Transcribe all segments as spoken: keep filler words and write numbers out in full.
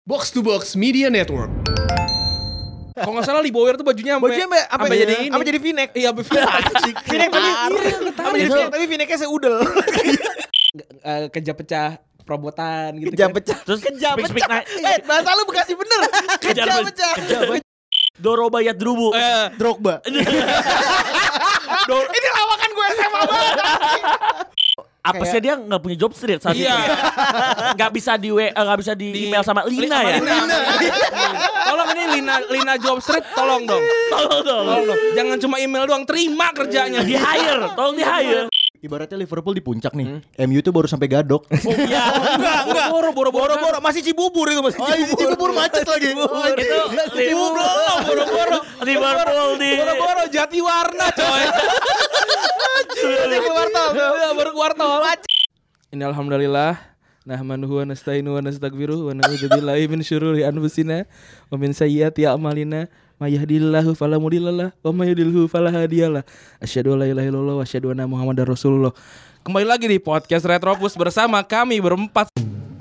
Box to Box Media Network. Kalau nggak salah Lee Bower tuh bajunya sampai bajunya sampai sampai jadi ini. Sampai jadi V-neck. Iya, sampai V-neck. V-neck tapi sampai jadi V-neck tapi V-necknya seudel. Uh, Kejap pecah perobotan gitu. Kejap kan. pecah. Terus Kejap speak, speak, pecah. nah, Eh, bahasa lu Bekasi bener. Kejap pecah. Doro Bayat Drubu. Eh, Drogba. Ini lawakan gue S M A banget. Apa sih dia nggak punya job street saat Iya. itu? Nggak bisa di W, nggak bisa di, Di- email sama Lina sama ya? Lina. Tolong ini Lina Lina Job Street tolong dong. Tolong dong. Tolong dong. Jangan cuma email doang, terima kerjanya. Di hire, tolong di hire. Ibaratnya Liverpool di puncak nih, M U tuh baru sampai Gadok. Oh iya. Enggak, enggak. Boro-boro Boro-boro masih Cibubur itu masih. Oh, ini Cibubur macet lagi. Oh, Itu Belum, boro-boro. Liverpool di Boro-boro Jatiwarna, coy. Masih keluar tol. Iya, baru keluar tol. Ini alhamdulillah nahmanuhu wa nasta'inu wa nastaghfiruh wa na'udzu billahi min syururi anfusina wa min sayyiati a'malina may yahdihillahu fala mudhillalah wa may yudhlilhu fala hadiyalah. Asyhadu an la ilaha illallah wa asyhadu anna Muhammadar Rasulullah. Kembali lagi di podcast Retropus bersama kami berempat.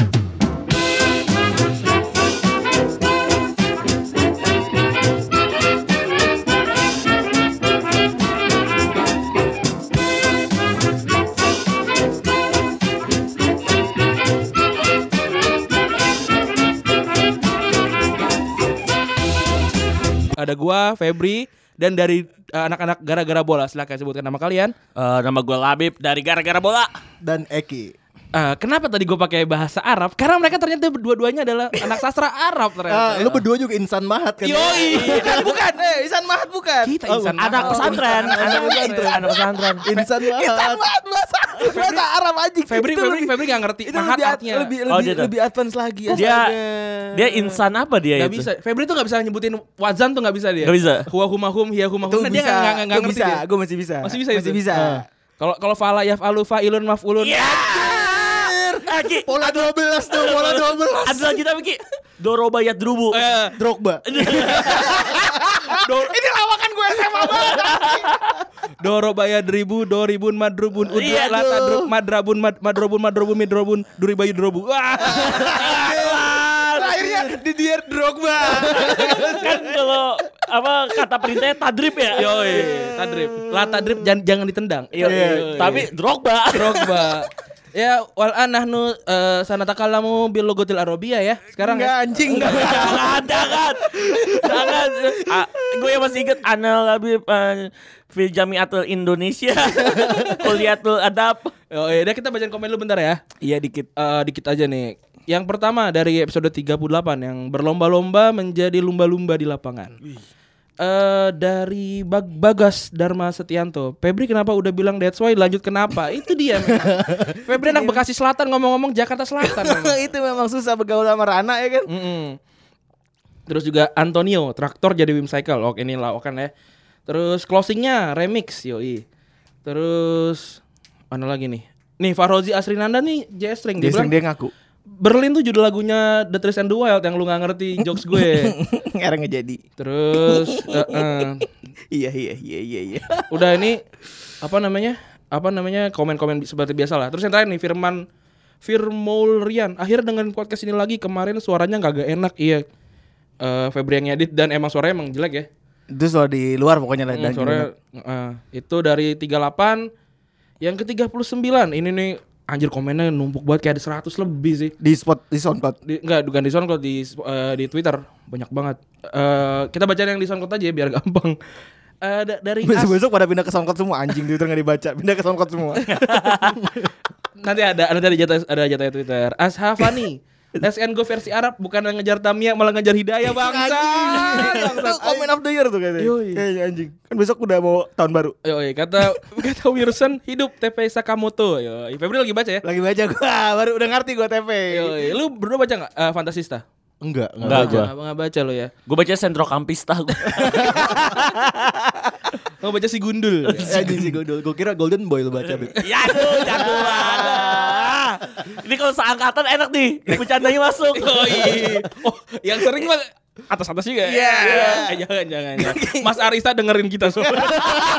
Ada gua, Febri, dan dari uh, anak-anak gara-gara bola. Silakan sebutkan nama kalian. Eh, nama gue Labib dari Gara-Gara Bola. Dan Eki. Uh, kenapa tadi gue pakai bahasa Arab? Karena mereka ternyata dua-duanya adalah anak sastra Arab ternyata. Ah, lu berdua juga insan mahat kan? Yoi. Bukan, bukan. Eh, Isan Mahat bukan. Kita insan Anak pesantren, anak pesantren, anak pesantren. Insan Isan mahat. Mahat bahasa bahasa Arab anjing. Febri, Itu Febri, lebih- Febri nggak ngerti itu mahat lebih ad- artinya. lebih Oh, lebih, dia tuh. lebih advance lagi. Dia astaga. dia insan apa dia Gak itu? bisa. Febri tuh nggak bisa nyebutin wazan tuh nggak bisa dia. Nggak bisa. Huwa huma hum hiya huma Itu hum. Nah, dia bisa, nggak nggak nggak gue ngerti bisa, dia. gue masih bisa. Masih bisa Masih itu? bisa. Kalau kalau fala yaf'alu fa'ilun maf'ulun. Iya. Ah, Ki, Pola dua belas tuh, pola dua belas. ada lagi tapi Ki. Doro Bayat Drubu. Eh, Drogba. Ini lawakan gue S M A banget. Doro bayar ribu, do ribun madrubun, udra Iya, lata tuh. drub madrabun mad, madrobun madrobun midrobun, duri bayu drobu. Wah. Akhirnya di Dier Drogba. Kan kalau apa kata perintahnya tadrib ya? Yoi, tadrib. Lah tadrib jangan jangan ditendang. Iya, tapi Drogba. Drogba. Ya, wal anahnu uh, sanatakallamu bil logotil arabiyah ya. Sekarang Enggak ya. anjing. Jangan, jangan, jangan. Ah, gue masih inget Anal Labib uh, fil Jamiatul Indonesia, Kuliatul Adab. Oh, ya, udah kita bacain komen lu bentar ya. Iya dikit. Eh, dikit aja nih. Yang pertama dari episode tiga puluh delapan yang berlomba-lomba menjadi lumba-lumba di lapangan. Eh dari Bag- Bagas Dharma Setianto. Febri kenapa udah bilang that's why, lanjut kenapa? Itu dia memang. Febri anak Bekasi Selatan, ngomong-ngomong Jakarta Selatan memang. Itu memang susah bergaul sama Rana ya kan. Mm-mm. Terus juga Antonio, traktor jadi Wimcycle. Oke, ini lawakan ya. Terus closingnya remix yoi. Terus mana lagi nih? Nih Farozi Asrinanda nih J String dia Dia bilang dia ngaku. Berlin tuh judul lagunya The Trees and the Wild yang lu gak ngerti jokes gue. Ngarang ngejadi. Terus uh, uh, Iya iya iya iya iya. udah ini apa namanya? Apa namanya? Komen-komen seperti biasa lah. Terus yang terakhir nih Firman Firmolrian. Akhirnya dengerin podcast ini lagi, kemarin suaranya kagak enak. Iya. Uh, Febri yang ngedit dan emang suaranya emang jelek ya. Itu soal di luar pokoknya lah. Hmm, suaranya uh, itu dari tiga puluh delapan. Yang ke tiga puluh sembilan ini nih anjir komennya numpuk banget kayak ada seratus lebih sih. Di spot di SoundCloud. Di, enggak, bukan di SoundCloud, di uh, di Twitter banyak banget. Uh, kita baca yang di SoundCloud aja ya biar gampang. Uh, da- dari As- Besok-besok pada pindah ke SoundCloud semua anjing, Twitter enggak dibaca. Pindah ke SoundCloud semua. nanti ada nanti ada jatah ada jatah Twitter. Ashafani. S N Go versi Arab bukan ngejar Tamia malah ngejar Hidayah bangsa. Itu comment of the year tuh kayaknya. Yoi. Kayaknya anjing. Kan besok udah mau tahun baru. Yoi, kata kata Wilson hidup T P Sakamoto. Yoi, Febri lagi baca ya? Lagi baca gua, baru udah ngerti gua T V. Yoi, lu berdua baca enggak uh, Fantasista? Enggak, Enggak, enggak. gua. Enggak baca lo ya. Gue baca Sentro Kampista. Mau baca si Gundul. Anjing sih gue gue kira Golden Boy lu baca, Beb. Ya tuh, jagoan. Ini kalau seangkatan enak nih, bercandanya masuk. Oh iya. Oh, yang sering mah atas-atas juga. Iya. Eh, jangan jangan. jangan. Mas Arista dengerin kita semua.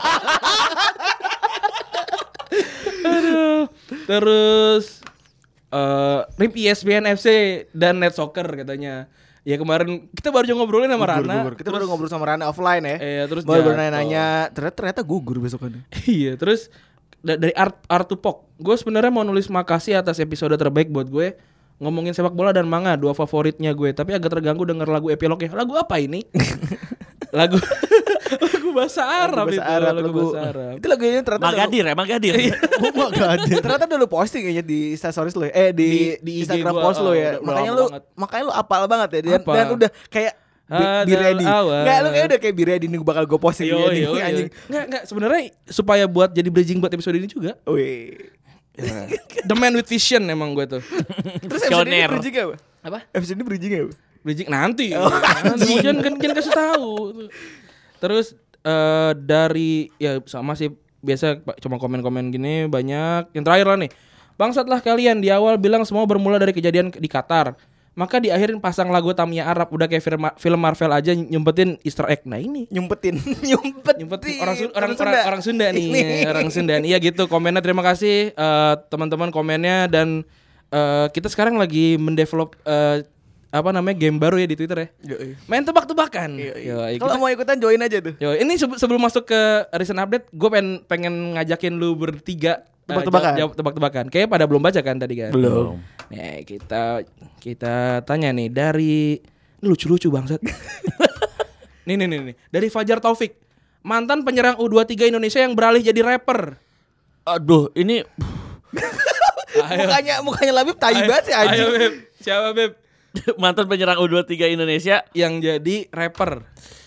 Aduh. Terus eh R I P E S P N F C dan Net Soccer katanya. Ya kemarin kita baru juga ngobrolin sama Gugur, Rana. gugur. Kita baru ngobrol sama Rana offline ya. Iya, terus baru jatuh. nanya-nanya, ternyata ternyata gugur besokannya. Iya, terus da- dari Art Art to Pok. Gue sebenarnya mau nulis makasih atas episode terbaik buat gue. Ngomongin sepak bola dan manga, dua favoritnya gue. Tapi agak terganggu denger lagu epilognya. Lagu apa ini? lagu lagu bahasa Arab Lagu itu. bahasa Arab, lagu lagu- bahasa Arab. Itu lagunya ternyata udah Magadir ya, Magadir. lu- ternyata udah lu posting kayaknya di Instastories lu ya. Eh di, Di- di I G Instagram gua, post lu uh, ya. udah- udah makanya lama lu banget. makanya lu apal banget ya dan, Apal. dan udah kayak be, be Hadal ready. awal. Enggak, lu kayak udah kayak be ready nih bakal gue posting Yo, dia yo, nih yo. anjing. Nggak, nggak. Sebenarnya supaya buat jadi bridging buat episode ini juga. Wih. The man with vision emang gue tuh. Terus episode ini Visioner. bridging apa? Apa? Episode ini bridging apa? Bridging nanti. Nanti jangan kan jangan kasih tahu. Terus eh, dari ya sama sih biasa cuma komen-komen gini banyak. Yang terakhir lah nih. Bangsatlah kalian di awal bilang semua bermula dari kejadian di Qatar. Maka di akhirin pasang lagu Tamiya Arab udah kayak film, film Marvel aja nyumpetin Easter egg. Nah ini Nyumpetin, nyumpet. nyumpet orang Su- orang orang, orang Sunda nih, orang Sunda nih. Iya gitu komennya. Terima kasih eh, teman-teman komennya dan eh, kita sekarang lagi mendevelop eh, apa namanya game baru ya di Twitter ya. Main tebak-tebakan. Yo, Kalau mau ikutan join aja tuh. yo, ini sebe- sebelum masuk ke recent update, gue pengen pengen ngajakin lu bertiga eh, Tebak-tebakan. jawab- jawab tebak-tebakan. Kayaknya pada belum baca kan tadi kan? Belum. Nih kita kita tanya nih dari ini lucu-lucu bangsat. nih nih nih nih dari Fajar Taufik, mantan penyerang U dua puluh tiga Indonesia yang beralih jadi rapper. Aduh, ini Mukanya mukanya Labib tai Ayo- banget sih Ayo anjing. Beb, siapa Beb mantan penyerang U dua puluh tiga Indonesia. yang jadi rapper?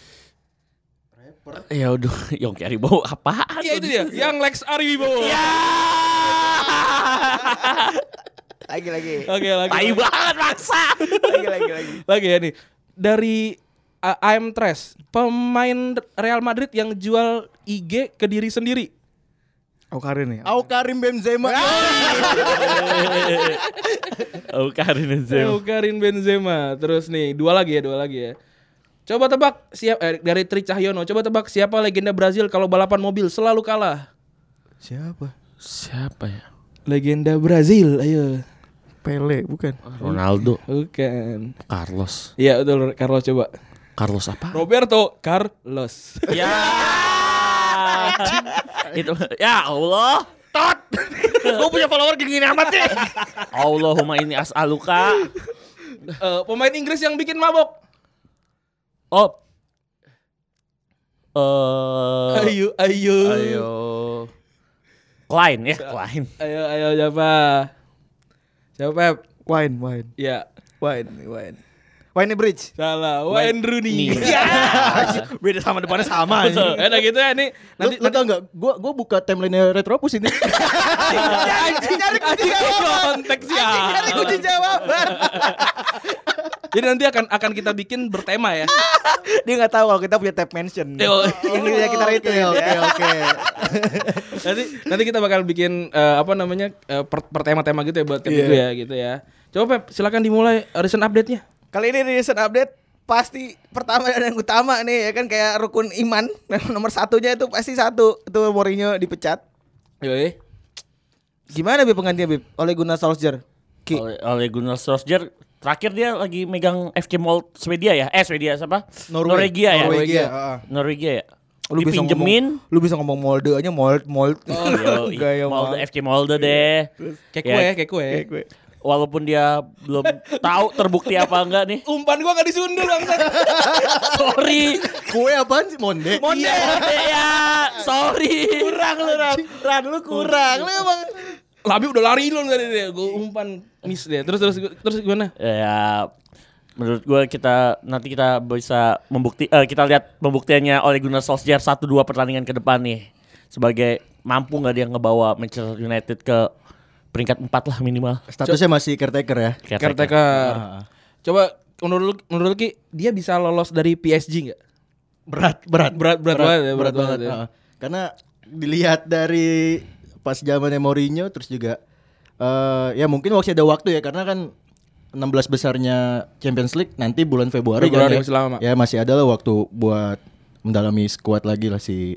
Ya udah, Yongki Aribo apaan? Iya itu dia, yang Lex Ariwibowo. Ya. Lagi lagi. Oke lagi. Tai banget maksa. Lagi lagi lagi. Lagi ya nih. Dari uh, I M Tres, pemain Real Madrid yang jual I G ke diri sendiri. Oh Karin ya. Au Karim Benzema. Oh, Karin Oh, Karim Benzema. Terus nih, dua lagi ya, dua lagi ya. Coba tebak siap eh, dari Tri Cahyono. Coba tebak siapa legenda Brazil kalau balapan mobil selalu kalah. Siapa? Siapa ya? Legenda Brazil, ayo. Pele bukan. Ronaldo, Bukan. Carlos. Iya betul, Carlos coba. Carlos apa? Roberto Carlos. Ya. Itu ya Allah. Tot. Gue punya follower gini amat sih. Allahumma inni as'aluka. Eh, pemain Inggris yang bikin mabok. Oh. Eh. Ayo, ayo. Ayo. Klein ya, Klein. Ayo, ayo siapa? Siapa Pep? Wine, wine, Ya, wine, wine. Wine Bridge. salah. Wayne Rooney. Nih. Beda sama depannya sama anjing. Enak gitu ya nih. Nanti, Nanti lu tau gak? Gua gua buka timeline Retropus ini. Anjing nyari kunci jawaban. konteks ya. Anjing nyari kunci jawaban. Jadi nanti akan akan kita bikin bertema ya. Dia enggak tahu kalau kita punya tab mention. Yo. Yang kita rate Oke oke oke. nanti nanti kita bakal bikin eh, apa namanya eh, per, per tema-tema gitu ya buat ke minggu ya gitu ya. Coba Pep, silakan dimulai recent update-nya. Kali ini recent update pasti pertama dan yang utama nih ya kan kayak rukun iman. Nomor satunya itu pasti satu itu Mourinho dipecat. Yoi. Gimana Bib penggantinya Bib? Oleh Gunnar Solskjaer. Ki. Oleh, oleh Gunnar Solskjaer terakhir dia lagi megang F C Mold Swedia ya? Eh Swedia siapa? Norway. Norwegia ya? Norwegia. Norwegia ya? Lu bisa Dipinjemin. ngomong, lu bisa ngomong Molde aja mold mold. Oh, Gaya Molde, banget. F C Molde deh. Kayak Ya. kue, kayak kue. Kayak gue. Walaupun dia belum tahu terbukti apa enggak nih. Umpan gua gak disundul bangsat. Sorry. Kue apaan sih Monde? Monde ya. Sorry. Kurang lu Ran. Ran lu kurang. Lu emang Labi udah lari dulu tadi dia. Gua umpan miss dia. Terus terus terus gimana? Ya menurut gue kita nanti kita bisa membukti eh, kita lihat pembuktiannya oleh Gunnar Solskjaer satu dua pertandingan ke depan nih. Sebagai mampu enggak dia ngebawa Manchester United ke peringkat empat lah minimal. Statusnya masih caretaker ya. Caretaker. Coba menurut lu, menurut lu Ki, dia bisa lolos dari P S G enggak? Berat berat Berat berat, banget ya, berat, banget. ya. Heeh. Karena dilihat dari pas zamannya Mourinho terus juga eh ya mungkin masih ada waktu ya karena kan enam belas besarnya Champions League nanti bulan Februari, Februari kan masih lama. ya. Ya masih ada lah waktu buat mendalami skuad lagi lah si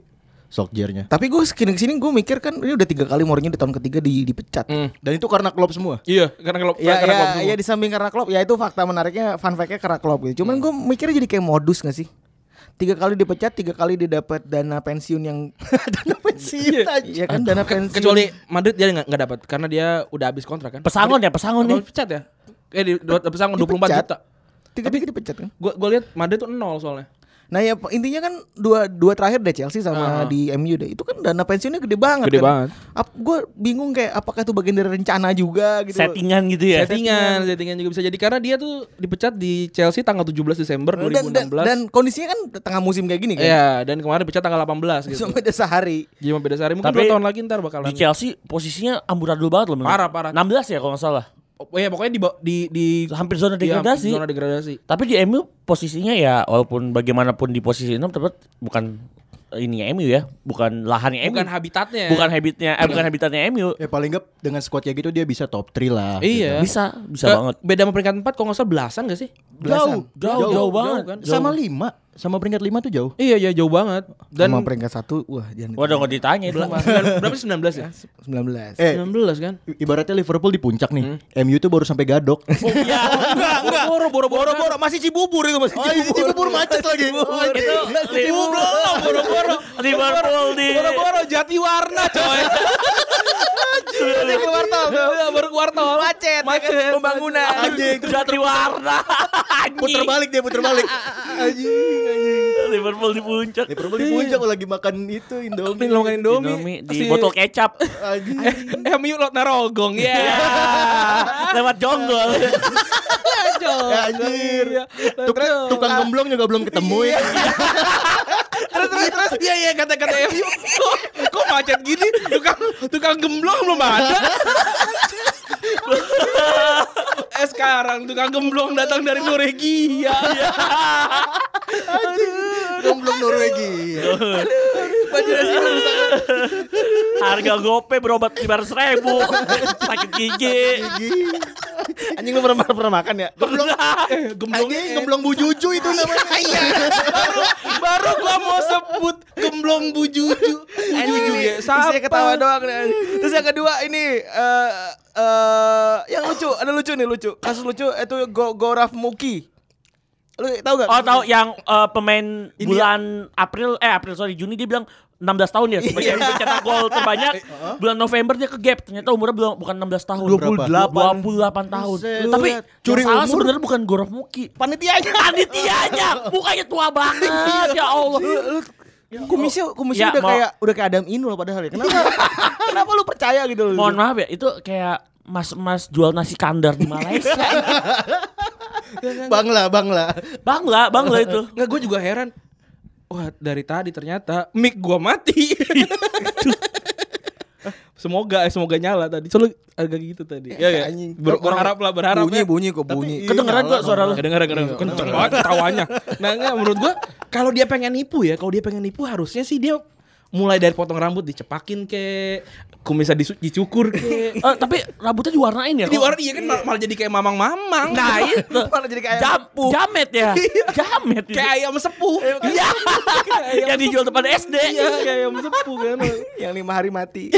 Solskjaer-nya. Tapi gue kesini kesini gue mikir kan ini udah tiga kali Mourinho di tahun ketiga di dipecat. Hmm. Dan itu karena Klopp semua. Iya, karena kalau Ya, karena ya, Klopp semua. ya di samping karena Klopp, ya itu fakta menariknya, fun fact-nya karena Klopp gitu. Cuman gue mikirnya jadi kayak modus gak sih? Tiga kali dipecat, tiga kali dia dapat dana pensiun yang dana pensiun aja. Iya kan dana pensiun. Kecuali Madrid dia nggak nggak dapat karena dia udah habis kontrak kan. Pesangon ya, pesangon nih. Apa dipecat ya? Eh di dapat pesangon dua puluh empat Dipecat. juta. Tiga-tiga dipecat kan. Gua gua lihat Madrid tuh nol soalnya. Nah ya intinya kan dua dua terakhir deh Chelsea sama Ah. di M U deh. Itu kan dana pensiunnya gede banget Gede kan. banget. Ap, gue bingung kayak apakah itu bagian dari rencana juga gitu. Settingan gitu ya. Settingan, settingan juga bisa jadi karena dia tuh dipecat di Chelsea tanggal tujuh belas Desember dua dan, ribu dan, enam belas. dan kondisinya kan tengah musim kayak gini kan. Iya, dan kemarin dipecat tanggal delapan belas gitu. Cuma beda sehari. Cuma beda sehari, mungkin Tapi dua tahun lagi ntar bakalan. Di Chelsea posisinya amburadul banget loh. menurut- Parah, parah. enam belas ya kalau nggak salah. Oh iya, pokoknya di ba- di di Hampir zona iya, degradasi. zona degradasi. Tapi di M U posisinya ya walaupun bagaimanapun di posisi enam tetap bukan ini M U ya, bukan lahannya M U. Bukan habitatnya. Bukan habitnya, eh, bukan habitatnya M U. Ya paling enggak dengan squad kayak gitu dia bisa top tiga lah. Iya. Bisa, bisa Ke- banget. Beda sama peringkat empat kalau nggak salah belasan gak sih? Jauh, Jauh, jauh banget. kan? Gitu. Sama lima, sama peringkat lima tuh jauh. Iya, iya jauh banget. Dan Sama peringkat satu, wah jangan. Waduh nggak ditanya itu. berapa sih sembilan belas ya? sembilan belas. Eh, sembilan belas kan? i- ibaratnya Liverpool di puncak nih. M U tuh baru sampai Gadok. Oh iya, enggak, enggak. Boro boro boro Boro-boro masih Cibubur itu masih Oh, ini Cibubur macet lagi. Oh, itu Liverpool, boro-boro. Liverpool di Boro-boro jati warna coy. Masih keluar tol tuh. Iya, baru keluar tol. Macet, Macet. macet. Pembangunan. Anjing, Jati warna. puter balik dia puter balik. Anjing, anjing. Liverpool di puncak. Liverpool di puncak lagi makan itu Indomie. Ini lo makan Indomie. Indomie di Si- botol kecap. Anjing. Eh, M U lot narogong ya. Lewat jonggol. Ya, anjir. Tuk- tukang gemblong juga belum ketemu ya. Terus terus terus. Iya iya kata-kata M U. Kok, kok macet gini? Tukang tukang gemblong belum ada. Eh sekarang tukang gemblong datang dari Norwegia. Gemblong Norwegia. Harga gope berobat lima ratus ribu. Sakit gigi. Anjing lu pernah pernah makan ya? Gemblong. Eh gemblongnya Anjing, gemblong bujuju itu namanya. baru baru gua mau sebut gemblong bujuju. Anjing Buju ini ya. isinya ketawa doang nih. anjing. Terus yang kedua ini eh eh yang lucu, ada lucu nih lucu. Kasus lucu itu Go Goraf Muki. Lu tahu gak? Oh tahu yang eh, pemain bulan April eh April sorry Juni dia bilang enam belas tahun ya sebagai pencetak gol terbanyak. Bulan November dia ke gap ternyata umurnya belum bukan enam belas tahun. dua puluh delapan. dua puluh delapan tahun. Buset. Tapi Curi yang salah umur. sebenarnya bukan Goraf Muki. Panitianya. Panitianya mukanya tua banget ya Allah. Kumisnya kumisnya Ya, udah mau- kayak udah kayak Adam Inul padahal ya. Kenapa? Kenapa lu percaya gitu loh? Mohon maaf ya itu kayak mas-mas jual nasi kandar di Malaysia. Bangla, Bangla. Bangla, Bangla itu. Nggak, gue juga heran. Wah, dari tadi ternyata mic gua mati. Semoga eh, semoga nyala tadi. Soalnya agak gitu tadi. Ya ya. Anjing. Ber- berharap lah, berharap. Bunyi ya. bunyi kok bunyi. Kedengeran nyala kok suara lu. Kedengeran kedengeran kenceng banget ketawanya. Nah, enggak menurut gua kalau dia pengen nipu ya, kalau dia pengen nipu harusnya sih dia mulai dari potong rambut dicepakin ke kumisnya disu- dicukur ke. Eh, tapi rambutnya diwarnain ya? Jadi kok? warna iya kan mal- malah jadi kayak mamang-mamang. Nah itu Malah jadi kayak Jam, lampu. jamet ya? Jamet itu. Kayak ayam sepuh. Iya. Yang dijual depan S D. Iya, kayak ayam sepuh kan. yang lima hari mati.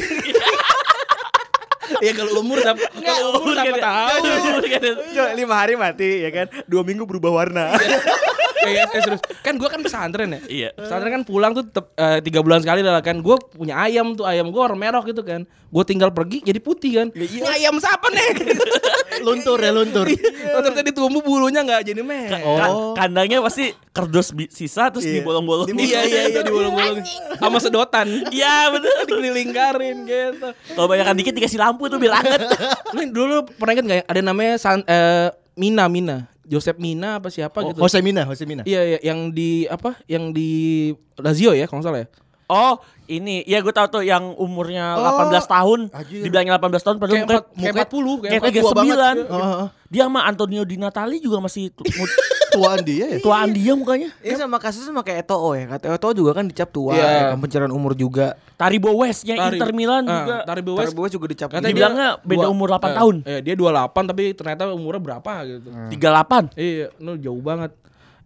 Ya kalau umur siapa kalau umur siapa tahu. Coba lima hari mati ya kan. Dua minggu berubah warna. Kayak eh, serius. Kan gua kan pesantren ya. Iya. Pesantren kan pulang tuh tetep, eh, tiga bulan sekali lah kan. Gua punya ayam tuh, ayam gua warna merah gitu kan. Gua tinggal pergi jadi putih kan. Ini ayam siapa nih? Luntur ya, luntur. Ternyata ditumbuh bulunya nggak jadi merah. Ka- Kandangnya pasti kerdus bi- sisa terus Iya. dibolong-bolong. Iya iya iya dibolong-bolong sama sedotan. Iya betul. Dikelilingkarin gitu. Kalau banyakan dikit dikasih lampu tuh biar anget. Lu dulu pernah ingat nggak ya? Ada namanya San, eh, Mina Mina. Joseph Mina apa siapa gitu. Jose Mina, Jose Mina. Iya, iya, yang di apa? Yang di Lazio ya, kalau nggak salah ya. Oh ini, iya gue tahu tuh yang umurnya delapan belas tahun. anjir. Dibilangnya delapan belas tahun padahal Kayak muka- empat- kayak empat puluh, kayak kayak empat tiga puluh puluh sembilan. banget. Heeh. Dia sama Antonio Di Natali juga masih tu- mu- Tuaan dia ya. tuaan dia mukanya. Ini sama kasusnya sama kayak Eto'o ya. Kata Eto'o juga kan dicap tua, Iya. ya kan pencerahan umur juga. Taribo West yang Tari- Inter Milan Ah, juga. Taribo West. Taribo juga dicap. Katanya Dibilangnya beda umur delapan eh, tahun. Eh, dia dua puluh delapan tapi ternyata umurnya berapa gitu. tiga puluh delapan. Iya, lu jauh banget.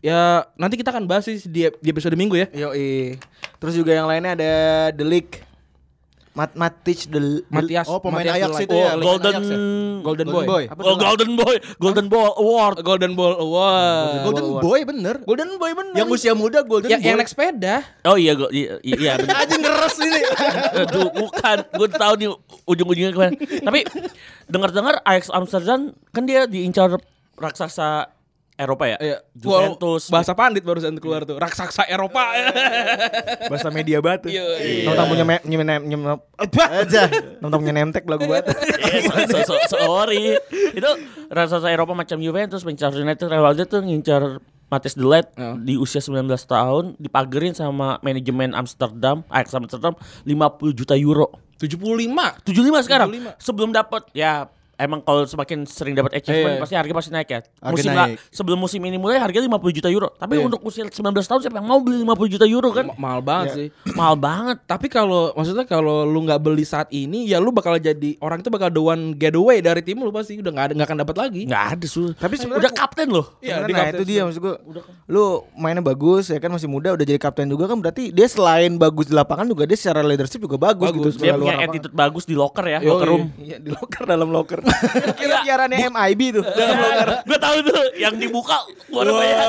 Ya nanti kita akan bahas sih di, di episode minggu ya. Yoi. Terus juga yang lainnya ada The League. Mat Matic the Matias. Oh, pemain Matias Ajax Delight. itu ya. Oh, Golden Ajax ya? Golden Boy. Boy. Apa Oh, tuh? Golden Boy, Golden Ball Award. Golden Ball Award. Golden Boy bener. Golden Boy bener. Yang usia muda Golden yang, Boy. yang naik sepeda. Oh iya, go, iya, iya benar. Anjing ngeres ini. Aduh, bukan. Gue tahu nih ujung-ujungnya kemana. Tapi dengar-dengar Ajax Amsterdam kan dia diincar raksasa Eropa ya. Iya. Juventus. Wow, bahasa pandit barusan keluar tuh. Raksasa Eropa. Bahasa media batu. Iya. Nonton punya me- nyem nyem nyem Aja. nonton punya nemtek belagu batu. Eh, so, so, so, sorry. Itu raksasa Eropa macam Juventus, Manchester United, Real Madrid tuh ngincar Matthias de Ligt Oh. di usia sembilan belas tahun, dipagerin sama manajemen Amsterdam, Ajax Amsterdam lima puluh juta euro. tujuh puluh lima. tujuh puluh lima sekarang. tujuh puluh lima. Sebelum dapat ya emang kalau semakin sering dapat achievement Iya. pasti harga pasti naik ya. Harga Musim naik. la- sebelum musim ini mulai harganya lima puluh juta euro. Tapi Iya. untuk usia sembilan belas tahun siapa yang mau beli lima puluh juta euro kan? Ma- mahal banget sih. Mahal banget. Tapi kalau maksudnya kalau lu nggak beli saat ini, ya lu bakal jadi orang itu bakal the one getaway dari tim lu pasti udah nggak ada nggak akan dapat lagi. Nggak ada sul. Tapi sebenarnya udah kapten loh. Iya, Sebenarnya di nah kapten itu dia sebenarnya. maksud gue. Lu mainnya bagus ya kan masih muda udah jadi kapten juga kan berarti dia selain bagus di lapangan juga dia secara leadership juga bagus, Bagus. gitu. Dia secara luar punya lapangan. attitude bagus di locker ya, Yoi. locker room. Iya di locker dalam locker. Kira piarannya M I B tuh dalam locker. Gue tahu tuh yang dibuka gua ada banyak.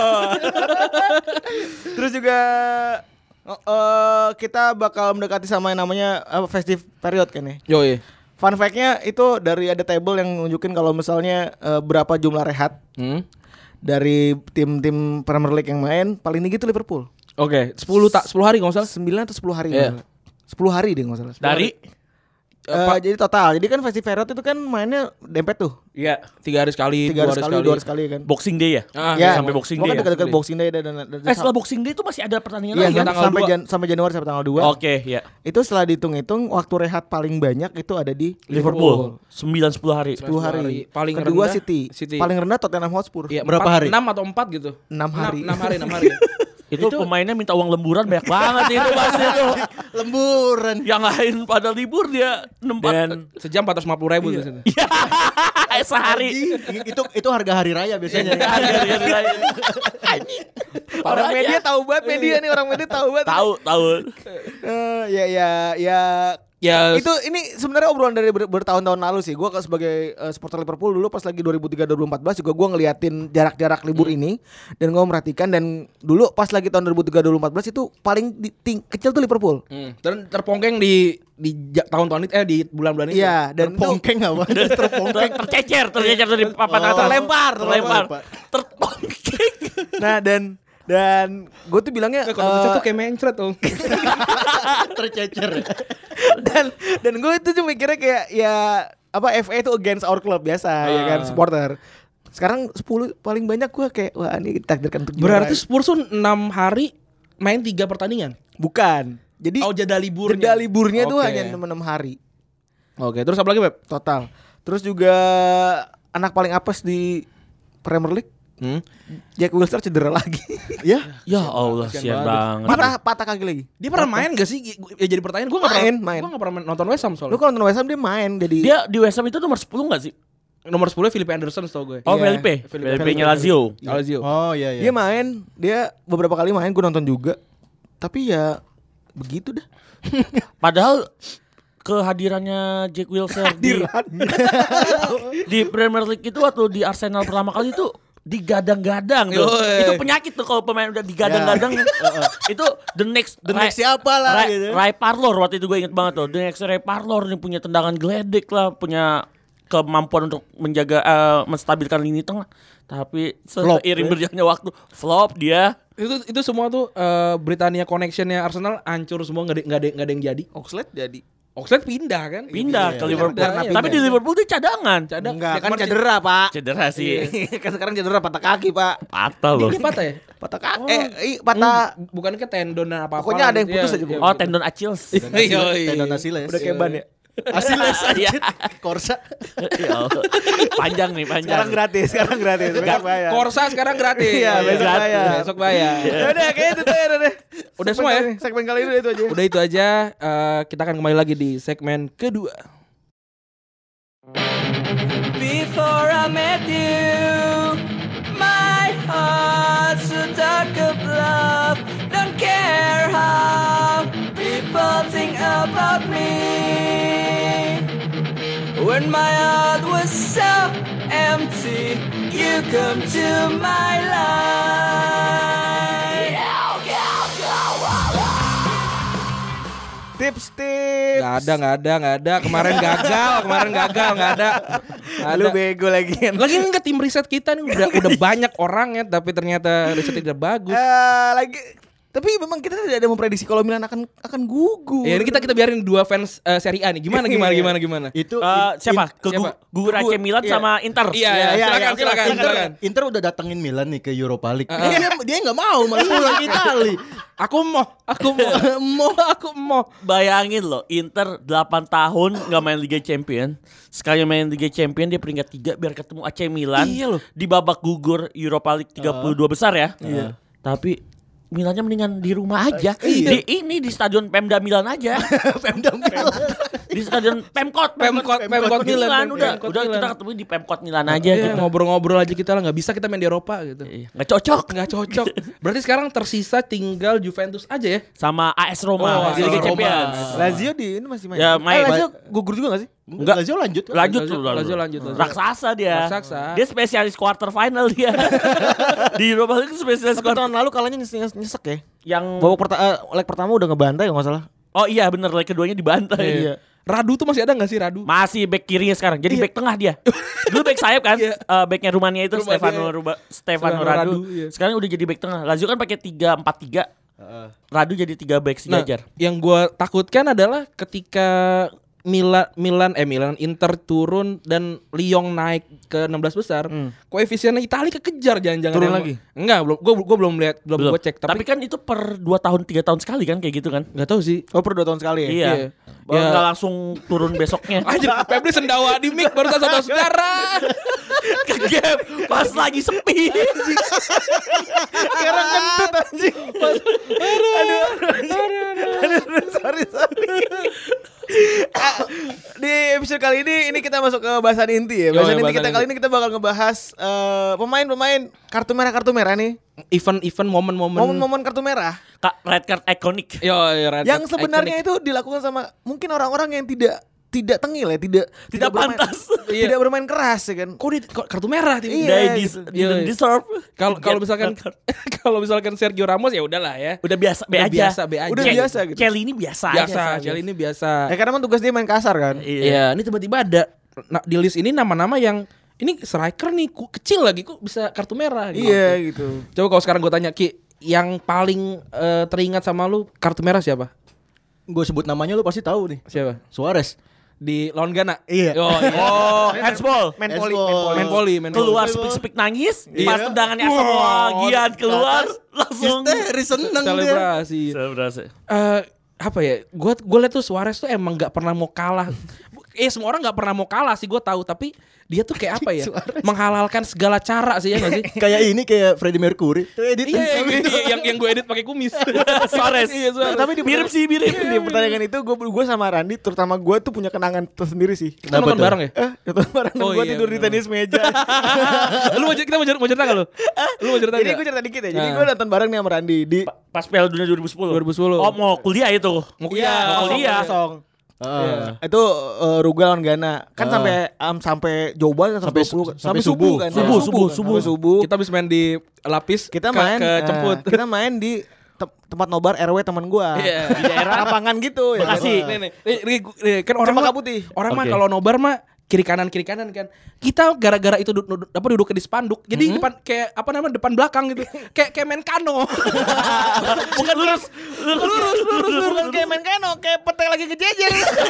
Terus juga eh, kita bakal mendekati sama yang namanya apa, festive period kan ya. Yoi. Fun fact-nya itu dari ada table yang nunjukin kalau misalnya eh, berapa jumlah rehat Hmm. dari tim-tim Premier League yang main paling tinggi itu Liverpool. Oke, sepuluh tak sepuluh hari enggak usah. sembilan atau sepuluh hari Iya. nggak salah. sepuluh hari deh enggak salah. sepuluh Dari hari. Eh, jadi total. Jadi kan festive period itu kan mainnya dempet tuh. Iya, tiga hari sekali, Tiga dua hari sekali, dua hari sekali kan. Boxing Day ya? Ah, Ya, sampai Boxing pokoknya Day ya? dekat-dekat Boxing Day dan, dan, dan Eh setelah Boxing Day itu masih ada pertandingan Iya, lagi kan, kan? tanggal sampai dua. Jan, sampai Januari sampai tanggal dua. Oke, ya. Itu setelah dihitung-hitung waktu rehat paling banyak itu ada di Liverpool sembilan sepuluh hari. sepuluh hari. Paling Kedua rendah, City. City. Paling rendah Tottenham Hotspur. Iya, Berapa empat, hari? enam atau empat gitu. enam hari. enam hari, enam hari. Itu, pemainnya minta uang lemburan banyak banget itu pasti itu. Lemburan. Yang lain pada libur dia nempat. Dan sejam empat ratus lima puluh ribu di situ. Iya. Sehari. itu itu harga hari raya biasanya. Orang media tahu banget media nih orang media tahu banget. Tahu, tahu. Eh, ya ya ya Ya, itu ini sebenarnya obrolan dari ber- bertahun-tahun lalu sih. Gua sebagai uh, supporter Liverpool dulu pas lagi dua ribu tiga dua ribu empat belas juga gua ngeliatin jarak-jarak libur ini dan gua merhatikan dan dulu pas lagi tahun dua ribu tiga dua ribu empat belas itu paling di, ting- kecil tuh Liverpool. Hmm, dan terpongkeng di di ja- tahun-tahun itu eh di bulan-bulan itu. Iya, dan itu Terpongkeng apa? Terpongkeng. Tercecer, tercecer dari papan Oh. atas. Terlempar, terlempar. terlempar. Terpongkeng. nah dan dan gue tuh bilangnya Eh, kalau eh, tuh kayak mencret tuh. Tercecer. dan dan gue itu tuh mikirnya kayak ya apa F A itu against our club biasa ya kan Ah. supporter. Sekarang sepuluh paling banyak gue kayak wah ini ditakdirkan untuk Berarti juara. Spurs tuh enam hari main tiga pertandingan. Bukan. Jadi Oh, jeda liburnya. jeda liburnya tuh Oke. hanya enam hari Oke, terus apa lagi, Beb? total. Terus juga anak paling apes di Premier League Hmm. Jack Wilshere cedera lagi. Ya. Ya Allah, Kasian sian banget. banget. patah patah kaki lagi. Dia pernah main gak sih? Ya jadi pertanyaan gue gak pernah Main, main. Gue gak pernah nonton West Ham Lu soalnya. kalau nonton West Ham dia main jadi Dia di West Ham itu nomor sepuluh enggak sih? Nomor sepuluh Felipe Anderson setahu gue. Oh, Iya. Felipe. Felipe. Felipe-nya Lazio. Lazio. Oh iya iya. dia main, dia beberapa kali main gue nonton juga. Tapi ya begitu dah. Padahal kehadirannya Jack Wilshere di, di Premier League itu waktu di Arsenal pertama kali itu digadang-gadang tuh. Yoi. Itu penyakit tuh kalau pemain udah digadang-gadang. Itu the next The next siapa lah Ray, gitu. Ray Parlour waktu itu gue inget banget tuh. The next Ray Parlour nih punya tendangan geledek lah, punya kemampuan untuk menjaga eh, menstabilkan lini tengah. Tapi Flop, seiring ya. berjalannya waktu flop dia. Itu itu semua tuh eh, Britania connectionnya Arsenal hancur semua, nggak ada nggak ada nggak ada yang jadi. Oxlade jadi. Oxlade pindah kan? Pindah Iya, ke iya. Liverpool. Karena Tapi pindah. di Liverpool dia cadangan. Cadang. Enggak Dia kan kemarin cedera, Pak. Cedera sih. Kan sekarang cedera patah kaki, Pak. Patah Dia, loh. dia patah ya? Patah kaki. Eh, i- patah Hmm, bukan ke tendon dan apa-apa. Pokoknya ada yang putus aja, Iya, Oh, tendon Achilles. Tendon Achilles. udah kayak ban ya. Achilles Iya. anjir. Korsa. Ya Allah. Panjang nih, panjang. Sekarang gratis, sekarang gratis. Besok bayar. Korsa sekarang gratis. Iya, besok gratis. bayar. Besok bayar. Ya udah, kayak itu tuh ya udah deh. Udah Segmen semua ya? kali ini- Segmen kali ini udah itu aja. Udah itu aja. eh, kita akan kembali lagi di segmen kedua. Before I met you, my heart stood Welcome to my life. Tips-tips. Gak ada, gak ada, gak ada. Kemarin gagal, kemarin gagal, gak ada. Gak Lu ada. bego lagi. Lagi enggak tim riset kita nih udah udah banyak orang ya, tapi ternyata riset tidak bagus. Eh, lagi tapi memang kita tidak ada memprediksi kalau Milan akan akan gugur. Ya ini kita kita biarin dua fans eh, Serie A nih. Gimana gimana gimana gimana. Itu Eh, siapa? Ke siapa? gugur A C Milan Iya. sama Inter. Iya, iya, iya, silakan, iya, silakan, Inter, silakan. Inter udah datengin Milan nih ke Europa League. Dia dia nggak mau malah pulang ke Itali. Aku mau, aku mau, mau, aku mau. Bayangin loh, Inter delapan tahun gak main Liga Champion. Sekali main Liga Champion dia peringkat tiga biar ketemu A C Milan. Iya loh. Di babak gugur Europa League tiga puluh dua besar ya. Iya. Tapi Milannya mendingan di rumah aja. Di ini di stadion Pemda Milan aja. Pemda Milan. Di stadion Pemkot, Pemkot, Pemkot Milan. Udah, Pemkot udah Milan. kita ketemu di Pemkot Milan aja Iya, gitu. ngobrol-ngobrol aja kita lah, nggak bisa kita main di Eropa gitu. Iya, nggak cocok Nggak cocok. Berarti sekarang tersisa tinggal Juventus aja ya. sama A S Roma Oh, di Liga Roma. Champions. Lazio di ini masih main. Ya, main. Eh, Lazio gugur juga gak sih? Enggak. Lazio lanjut. Lanjut Lazio- tuh lalu. Lazio lanjut, Lazio. Raksasa dia. Raksasa. Dia spesialis quarter final dia. Di Europa League spesialis Tapi quarter. tahun lalu kalahnya nyesek, nyesek ya. Yang Babak pertama leg pertama udah ngebantai kalau enggak salah. Oh iya bener, leg keduanya dibantai. Iya. Radu tuh masih ada nggak sih Radu? Masih back kirinya sekarang. Jadi back tengah dia. Dulu back sayap kan? Iya. Eh, backnya Rumania itu Rumania. Stefano Ruba, Stefano Stefano Radu. Radu, iya. Sekarang udah jadi back tengah. Lazio kan pakai tiga empat tiga. Radu jadi tiga back Nah, sejajar. yang gue takutkan adalah ketika Milan, Milan, eh Milan, Inter turun dan Lyon naik ke enam belas besar, koefisiennya Italia kekejar jangan-jangan Turun yang- lagi? Enggak, belum. Gue gue belum lihat, belum, Belum. gue cek. Tapi, Tapi, kan itu per dua tahun tiga tahun sekali kan kayak gitu kan? nggak tahu sih. Oh, per dua tahun sekali ya. Iya. Iya. Baru Ya. nggak langsung turun besoknya. Anjir, Febri sendawa di mic baru satu sejarah. Ke game pas lagi sepi. Sekarang kentut anjing. Aduh, aduh, sorry, sorry. Ah, di episode kali ini ini kita masuk ke bahasan inti ya. Yo, Bahasan yo, inti bahasan kita inti. kali ini kita bakal ngebahas eh, pemain-pemain kartu merah kartu merah nih. Event-event momen-momen. Momen-momen kartu merah Kak, red card ikonik. Yo, yo, red yang card sebenarnya iconic. itu dilakukan sama mungkin orang-orang yang tidak tidak tengil ya, tidak Tidak bermain- pantas. tidak bermain keras ya kan. Kok di kok kartu merah tim? Iya, They gitu. dis- didn't Iya. deserve. Kalau kalau Get misalkan red card. kalau misalkan Sergio Ramos ya udahlah ya. Udah biasa, B Udah aja. biasa, B aja. Udah Ke- biasa gitu. Kelly ini biasa, Biasa, aja. Jali ini biasa. Ya karena emang tugas dia main kasar kan. Iya, ini tiba-tiba ada nah, di list ini nama-nama yang ini striker nih ku- kecil lagi kok bisa kartu merah gitu. Iya gitu. Coba kalau sekarang gue tanya Ki, yang paling eh, teringat sama lu kartu merah siapa? Gue sebut namanya lu pasti tahu nih. Siapa? Suarez. Di lawan Ghana. Iya. Oh, iya. Oh, handsball. Main Handsball. poli, main poli. Main poli, main poli. Keluar speak-speak nangis, Iya. pas tendangannya asam bagian keluar, langsung Histeris seneng dia. Selebrasi. selebrasi. Eh, apa ya? Gue gue liat tuh Suarez tuh emang nggak pernah mau kalah. Eh semua orang nggak pernah mau kalah sih gue tahu, tapi dia tuh kayak apa ya? Menghalalkan segala cara sih ya nggak sih? Kayak ini kayak Freddie Mercury. Tuh edit. Iya, yang, yang yang gue edit pakai kumis. Suarez. Iya, Suarez. Tapi di Mirip sih, mirip. Di pertandingan itu gue gue sama Randi, terutama gue tuh punya kenangan tersendiri sih. Kita nonton tuh? bareng ya? Eh, nonton bareng Oh, gue iya, tidur di bener. tenis meja. Lu mau cer- kita mau cerita, mau cerita gak lu? Lu mau cerita Jadi nggak? gue cerita dikit ya. Jadi Nah. gue nonton bareng nih sama Randi di Pas Piala Dunia dua ribu sepuluh. dua ribu sepuluh. Oh, mau kuliah itu. Mau Iya, kuliah. kuliah. kosong. Heeh. Itu uh, Rugal lawan Ghana. Kan Ah. sampai um, sampai jauh banget Sampai sampai dua puluh su- sampai sampai subuh subuh. kan. Subuh, Sampai subuh, Sampai subuh. Kita habis main di lapis Kita ke, main ke eh, Cemput. kita main di te- tempat nobar R W teman gua. Iya. Di daerah lapangan gitu ya. Bekasi. Nih, nih, nih, nih, nih, kan orang Cempaka mah, Putih. orang mah Oke. kalau nobar mah kiri kanan kiri kanan kan. Kita gara-gara itu du- du- apa duduk di spanduk. Jadi Mm-hmm. depan kayak apa namanya depan belakang gitu. kayak kayak main kano. Bukan lurus. Lurus, lurus, lurus, Bukan kayak main keno, kayak pete lagi kejejer.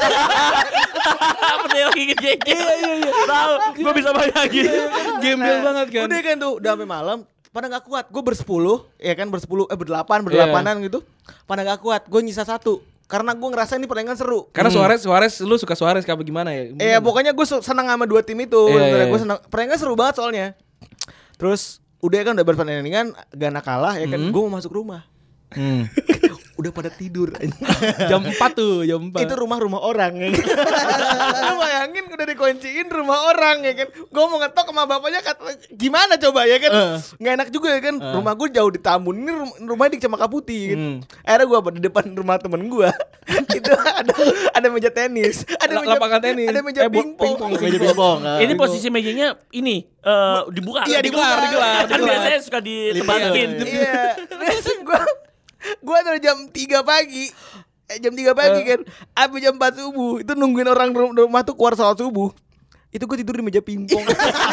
Apa dia lagi ngejejer? Iya, iya, iya. Tahu, gue bisa bayangin. Gembel banget kan. Udah kan tuh, udah sampai malam. Pada nggak kuat, gue bersepuluh, ya kan bersepuluh, eh berdelapan, berdelapanan gitu. Pada nggak kuat, gue nyisa satu. Karena gue ngerasa ini pertandingan seru. Karena Suarez Suarez lu suka Suarez kayak gimana ya? Eh pokoknya gue senang sama dua tim itu. Iya, Sebenarnya iya. gue senang. Pertandingan seru banget soalnya. Terus udah kan udah berpertandingan Ghana kalah ya kan. Gue mau masuk rumah. Hmm. udah pada tidur. Jam empat tuh, jam empat. Itu rumah-rumah orang ya kan. Lu bayangin udah dikunciin rumah orang ya kan. Gue mau ngetok sama bapaknya kata, gimana coba ya kan. Uh. Nggak enak juga ya kan. Rumah gue jauh di Tambun. Ini rum- rumahnya di Cempaka Putih kan. Hmm. Akhirnya gue di depan rumah temen gue. Itu ada ada meja tenis, ada La- meja lapangan tenis. ada meja Eh, bo- pingpong. pingpong. Meja pingpong. ah. Ini posisi mejanya ini eh, dibuka. Iya, digelar, digelar, Kan digelar. biasanya suka ditebakin. Iya. Terus gue gue dari jam tiga pagi. Eh, jam tiga pagi kan. Sampai jam empat subuh. Itu nungguin orang rum- rumah tuh keluar sholat subuh. Itu gue tidur di meja pingpong.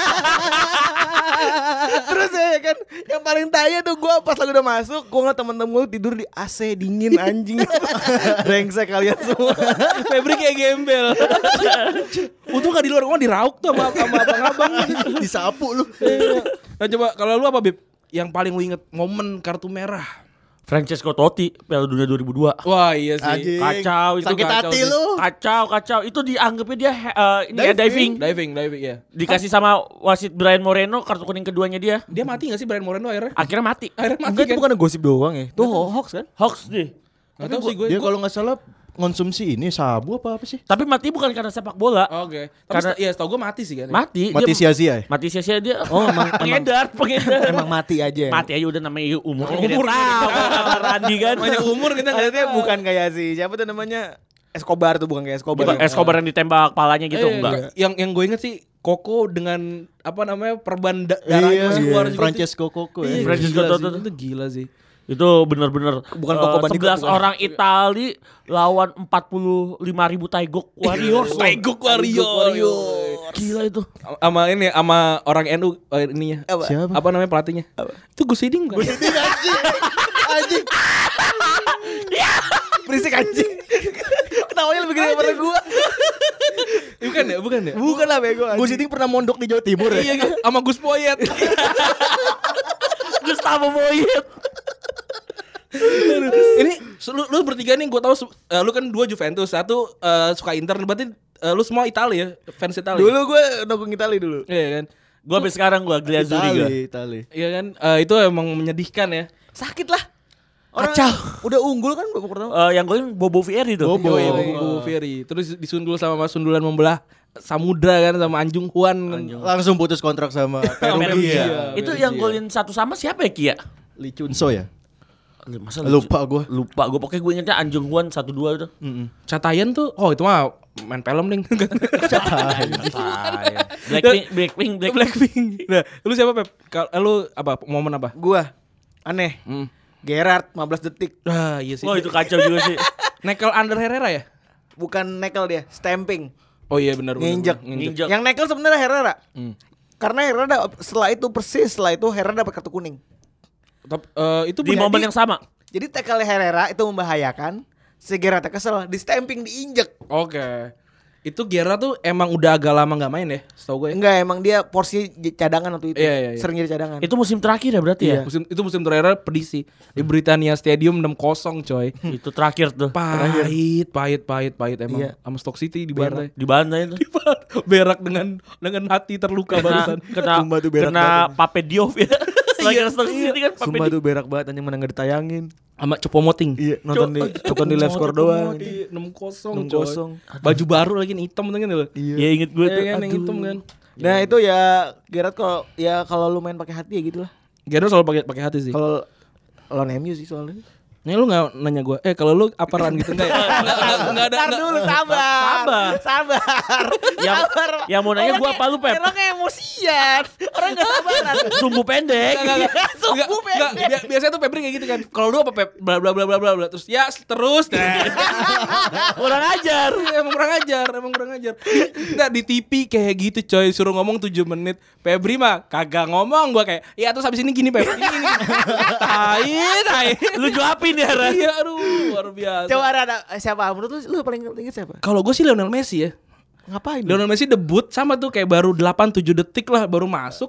Terus ya kan, yang paling tanya tuh gue pas lagi udah masuk, gue ngeliat temen-temen gue tidur di A C dingin anjing. Brengsek kalian semua. Febri kayak gembel. Untung gak di luar rumah dirauk tuh sama, sama abang-abang. Disapu lu. Nah coba kalau lu apa Bib? Yang paling lu inget momen kartu merah. Francesco Totti Piala Dunia dua ribu dua. Wah iya sih. Anjing. Kacau itu, Sakit kacau hati sih. lu. Kacau, kacau. Itu dianggapnya dia eh, ini ya diving. Diving, diving ya. Dikasih sama wasit Brian Moreno kartu kuning keduanya dia. Dia mati gak sih Brian Moreno akhirnya? Akhirnya mati. Akhirnya mati Enggak, itu kan? bukan gosip doang ya. Itu hoax kan? Hoax deh. Gak tau sih gue. Dia kalau nggak salah konsumsi ini sabu apa apa sih? Tapi mati bukan karena sepak bola. Oke. Tapi Karena- iya setahu gue mati sih kan. Mati. Mati dia, sia-sia ya? mati sia-sia dia. Oh, emang- pengedar, pengedar. Emang mati aja. Mati aja udah namanya umur. Umur tahu. Randi kan. Banyak umur kita nggak Maksudnya tahu. bukan kayak si siapa tuh namanya Escobar tuh, bukan kayak Escobar. Bukan Escobar yang ditembak palanya gitu Eh, enggak. Yang yang gue inget sih Koko dengan apa namanya perban da- Iya, darahnya masih keluar juga. Francesco Coco Iya, ya. Francesco gila Toto sih. tuh. Itu gila sih. Itu bener-bener Bukan eh, Koko Bandicoot, sebelas bukan. orang Itali lawan empat puluh lima ribu Taeguk Warriors. Taeguk Warriors. Gila itu. Sama ini sama orang N U eh, ininya. Apa? Siapa? Apa namanya pelatihnya? Itu Gus Hiding kan? Ini anjing. Anjing. Berisik anjing. Ketawanya lebih gede daripada gua. Bukan ya, bukan ya? Bukan lah bego anjing. Gue sini pernah mondok di Jawa Timur ya. Iya, gitu. Sama Gus Poyet. Gustavo Moyet. Ini lu, lu bertiga nih gue tahu uh, lu kan dua Juventus, satu uh, suka Inter, berarti uh, lu semua Italia ya, fans Italia. Dulu gua dukung Itali dulu. Iya kan? Gua sampai sekarang gua Glazuri gua. Itali, Itali. Iya kan? Uh, itu emang menyedihkan ya. Sakit lah. Orang Kacau. udah unggul kan babak pertama. Eh, yang golin Bobo Vieri tuh. Bobo. Oh, iya, Bobo Vieri. Terus disundul sama Mas Sundulan membelah samudra kan sama Anjung Huan. kan. Langsung putus kontrak sama Perugia. Perugia. Itu Perugia. yang golin satu sama siapa ya Kia? Lee Chun-so ya? Masa Lupa gua. Lupa gua pokoknya gue ingetnya Anjung Huan satu dua itu. Mm-mm. Catayan tuh, oh itu mah main film ding. Blackpink, Blackpink, Blackpink. Blackpink. Nah, lu siapa Pep? Kal- lu apa momen apa? Gua aneh. Hmm. Gerard lima belas detik. Ah, iya sih. Oh itu kacau juga sih. Nekel under Herrera ya? Bukan nekel dia, stamping. Oh iya benar benar. Nginjek. benar. Nginjek. Yang nekel sebenarnya Herrera. Hmm. Karena Herrera da- setelah itu persis setelah itu Herrera dapat kartu kuning. Tapi, eh, itu Di punya- momen yang sama. Jadi tackle Herrera itu membahayakan. Si Gerard kesel, di stamping diinjek. Oke. Itu Gera tuh emang udah agak lama nggak main ya, setahu gue. Ya? Enggak, emang dia porsi j- cadangan waktu itu. Iya, iya, iya. Sering jadi cadangan. Itu musim terakhir ya berarti ya? Musim, itu musim terakhir pedih sih. Di Britania Stadium enam kosong coy. Itu terakhir tuh. Pahit, pahit, pahit, pahit emang. Iya. Sama Stoke City di bantai. Di Bandai itu. Berak dengan dengan hati terluka Kena, barusan. kena, Sumpah tuh berak kena banget. Pape Diop ya. Striker Stoke City kan Pape Sumpah Diop. tuh berak banget anjing, mana enggak ditayangin. Sama Cepomoting. Iya, nonton di nonton di live score doang. enam kosong enam coy. kosong. Baju baru lagi nih, hitam kan lo. Ya inget gue Iya tuh. kan yang Aduh. hitam kan. Nah, itu ya Gerard kalau ya kalau lu main pakai hati ya gitu lah. Gera selalu pakai pakai hati sih. Kalau lawan M U sih soalnya. Nih lu nggak nanya gue, eh kalau lu aparan gitu enggak ya? Enggak, enggak, enggak ada. Ntar enggak- dulu sabar. Sabar. Sabar. Yang, Sabar. yang mau nanya gue apa lu Pep? Orangnya emosian. Orang enggak sabaran. Sumbu pendek. Enggak, enggak, enggak. Sumbu Enggak, pendek. enggak. Bia- Biasanya tuh Febri kayak gitu kan. Kalau lu apa Pep? Bla bla bla bla bla bla. Terus ya terus. Nah. Kurang ajar. Iya, emang kurang ajar, emang kurang ajar. Enggak di T V kayak gitu coy, suruh ngomong tujuh menit. Febri mah kagak ngomong, gua kayak, "Ya terus habis ini gini, Pep." Ini ini. Tai, tai. Lu jawabin ya Ran. Iya, aduh, luar biasa. Coba ada siapa menurut lu lu paling ingat siapa? Kalau gue sih Lionel Messi ya. Ngapain? Lionel Messi debut sama tuh kayak baru delapan tujuh detik lah baru masuk.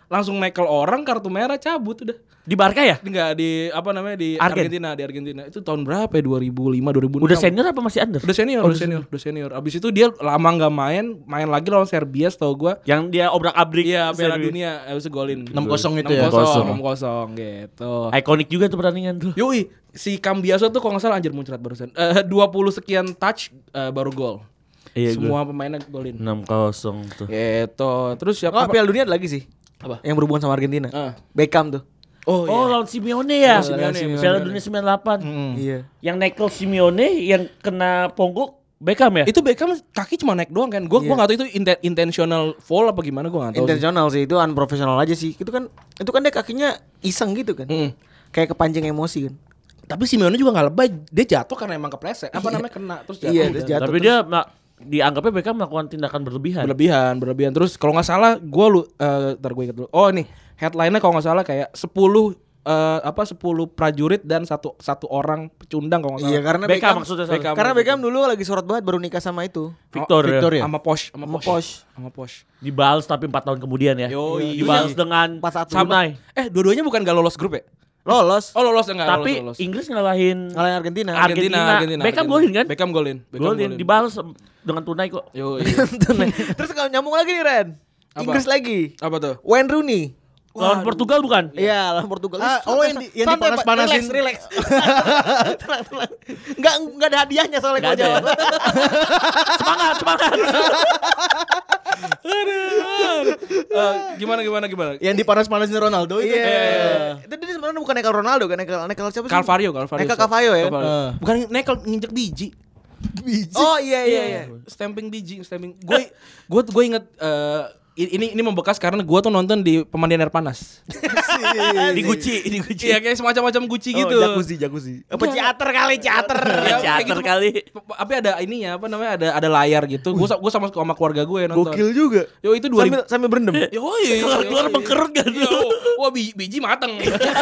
langsung nekel orang kartu merah cabut udah. Di Barca ya? Enggak di apa namanya di Argen. Argentina, di Argentina. Itu tahun berapa ya? dua ribu lima, dua ribu enam. Udah senior apa masih under? Udah senior, udah senior, udah senior. Abis itu dia lama nggak main, main lagi lawan Serbia setahu gua. Yang dia obrak-abrik. Iya, Piala Serbia. Dunia, abis itu golin. enam kosong itu ya? enam kosong, enam kosong gitu. Ikonik juga tuh pertandingan tuh. Yoi, si Cambiaso tuh kalau nggak salah anjir muncrat barusan. Eh, dua puluh sekian touch eh, baru gol. Iya, Semua pemainnya golin. enam kosong tuh. Gitu. Terus siapa? Oh, Piala Dunia ada lagi sih. Apa? Yang berhubungan sama Argentina. Ah. Beckham tuh. Oh, Oh, iya. lawan Simeone ya. Oh, Simeone, Piala Simeone. Dunia sembilan puluh delapan. Iya. Yang nekel Simeone yang kena ponggok Beckham ya? Itu Beckham kaki cuma naik doang kan. Gua Iya. gua enggak tahu itu inten- intentional fall apa gimana gua enggak tahu. sih. Intensional sih, itu unprofesional aja sih. Itu kan itu kan dia kakinya iseng gitu kan. Mm. Kayak kepancing emosi kan. Tapi Simeone juga enggak lebay. Dia jatuh karena emang kepleset. Apa namanya kena terus jatuh. Iya, udah. terus jatuh. Tapi dia ma- dianggapnya Beckham melakukan tindakan berlebihan. berlebihan, berlebihan. Terus kalau nggak salah gua lu eh ntar gue ingat dulu. Oh, ini headline-nya kalau nggak salah kayak sepuluh eh, apa sepuluh prajurit dan satu satu orang pecundang kalau nggak salah. Iya, karena Beckham Beckham, maksudnya sorry. Beckham. karena Beckham dulu lagi sorot banget baru nikah sama itu. Victor, ya. Victor ya? Sama Posh, sama Sama Posh. Posh. Sama Posh. Dibalas tapi empat tahun kemudian ya. Yoi. Dibalas Iya. dengan empat satu. tunai. Eh, dua-duanya bukan gak lolos grup ya? Lolos. Oh, lolos enggak? Tapi lolos, lolos. Inggris ngalahin Ngalahin Argentina. Argentina. Beckham golin kan? Beckham golin. Beckham golin dibalas dengan tunai kok. Yo, Terus kalau nyambung lagi nih Ren. Apa? Inggris lagi. apa tuh? Wayne Rooney. Lawan Portugal bukan? Iya, lawan Portugal. Ah, oh, yang di- yang Santai, Pak. dipanas-panasin. Relax, relax. Tenang, tenang. Enggak enggak ada hadiahnya soalnya Nggak kalau ada ya? jawab. Semangat, semangat. Eh, gimana gimana gimana? Yang dipanas-panasin Ronaldo itu. Iya. Itu dia sebenarnya bukan nekel Ronaldo kan, nekel nekel siapa sih? Calvario, Calvario. Nekel Calvario ya? Eh. Bukan nekel nginjek biji. Oh iya iya iya. Stamping biji, stamping. Gue gue gue inget eh, ini ini membekas karena gue tuh nonton di pemandian air panas. Di Gucci, di Gucci. Iya kayak semacam-macam Gucci gitu. Oh, jacuzzi, jacuzzi. Apa ciater kali, ciater. Ya, kayak Cater kali. Tapi ada ininya apa namanya ada ada layar gitu. Gue gue sama sama keluarga gue nonton. Gokil juga. Yo itu dua ribu. Sambil sambil berendam. Yo iya. Keluar mengkerut kan. Yo, wah biji, biji mateng.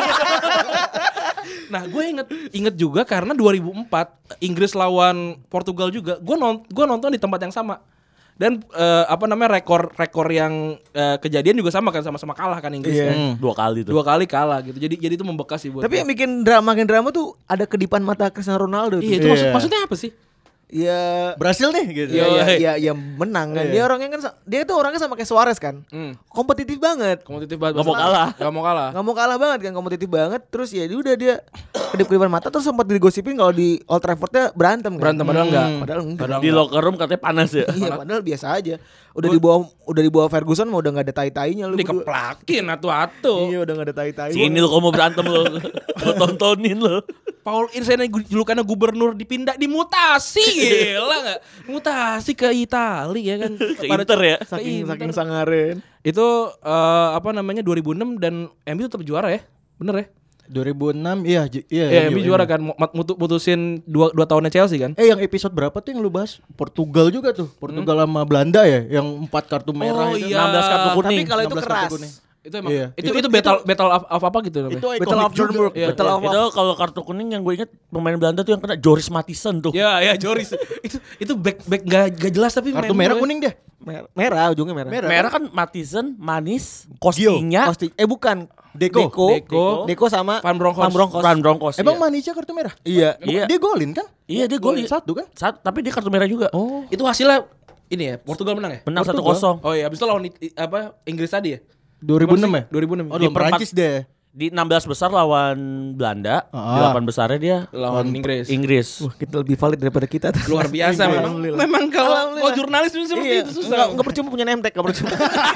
Nah, gue inget inget juga karena dua ribu empat Inggris lawan Portugal juga. Gue non, gue nonton di tempat yang sama. Dan eh, apa namanya rekor rekor yang eh, kejadian juga sama kan sama-sama kalah kan Inggris Iya. kan. Hmm, dua kali tuh. Dua kali kalah gitu. Jadi jadi itu membekas sih buat. Tapi gue. yang bikin drama makin drama tuh ada kedipan mata Cristiano Ronaldo tuh. Iya, itu maksud, Iya. maksudnya apa sih? Ya Berhasil nih gitu. ya, Iya. ya, ya, ya menang kan. Iya. Dia orangnya kan sa- dia tuh orangnya sama kayak Suarez kan. Hmm. Kompetitif banget. Kompetitif banget. Gak mau kalah. Gak mau kalah. Gak mau kalah banget kan, kompetitif banget. Terus ya dia udah dia kedip-kedipan mata terus sempat digosipin kalau di Old Traffordnya berantem kan. Berantem padahal enggak. Padahal enggak. Padahal Di locker room katanya panas ya. Iya, padahal biasa aja. Udah dibawa udah dibawa Ferguson mau udah enggak ada tai-tainya lu. berdua. dikeplakin atu-atu. Iya, udah enggak ada tai-tai. Sini lo kalau mau berantem lo. Lo tontonin lo. Paul Insigne julukannya gubernur dipindah dimutasi gila nggak? Mutasi ke Itali ya kan? Ke Inter ya. Ke Saking Inter. saking sangaren. Itu eh, apa namanya dua ribu enam dan M U tetap juara ya? Bener ya? dua ribu enam iya ju- iya. Iya, M U M U, juara M U. kan Mut- mutu- mutusin dua dua tahunnya Chelsea kan? Eh yang episode berapa tuh yang lu bahas? Portugal juga tuh. Portugal sama Belanda ya yang empat kartu merah Oh, itu. iya. enam belas kartu Tapi kuning. kalau itu enam belas keras. kartu kuning. Itu emang Iya. itu, Itu- itu battle battle of, of apa gitu namanya? Itu Battle ikonik of Johannesburg. juga. Iya. Battle of Itu kalau kartu kuning yang gue inget pemain Belanda tuh yang kena Joris Mathisen tuh. Ya, ya Joris. itu itu back back gak, gak jelas tapi Kartu main merah bola. kuning dia. Merah, merah ujungnya merah. Merah. Merah kan Mathisen, Manis, Kostinya, Kosti, eh bukan. Deko. Deko. Deko. Deko sama Van Bronckhorst. Van Bronckhorst. Van Bronckhorst. Emang iya. Manisha kartu merah? Iya. Iya. Dia golin kan? Iya dia golin Satu kan? Satu, tapi dia kartu merah juga. Oh. Itu hasilnya ini ya, Portugal menang ya? Menang satu Portugal. kosong. Oh iya, habis itu lawan i- i- apa Inggris tadi ya? dua ribu enam ya? dua ribu enam. Oh, Di lawan perempat- Prancis deh. Di enam belas besar lawan Belanda, di Ah. delapan besarnya dia lawan Inggris. Inggris. Wah, kita lebih valid daripada kita. Luar biasa memang. Memang kalau kalau jurnalis itu seperti Iya, itu susah. Enggak, enggak percuma punya name tag, enggak percuma.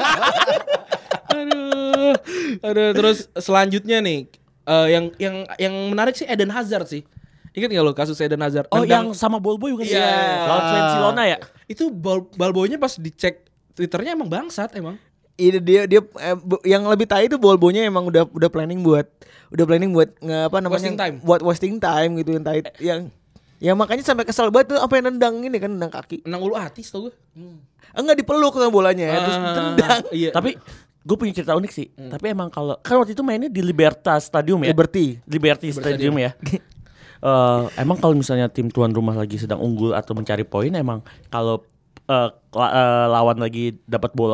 Aduh. Aduh, terus selanjutnya nih eh, yang yang yang menarik sih Eden Hazard sih. Ingat enggak lo kasus Eden Hazard? Oh Nendang- yang sama Bolboy bukan sih? Iya. Lawan Barcelona ya? itu bal balboynya pas dicek Twitternya emang bangsat emang. Ini dia dia eh, bu- yang lebih tai itu Bolbonya emang udah udah planning buat udah planning buat nge, apa namanya Wasting time. buat wasting time gitu yang tai yang ya makanya sampai kesel banget tuh apa yang nendang ini kan nendang kaki. Menang ulu hati tau gue. Enggak dipeluk sama bolanya ya, terus Ah, tendang. Iya. Tapi gue punya cerita unik sih. Tapi emang kalau kan waktu itu mainnya di Libertas Stadium ya. Liberty. Liberty Stadium ya. Eh, emang kalau misalnya tim tuan rumah lagi sedang unggul atau mencari poin, emang kalau eh, la- eh, lawan lagi dapat bola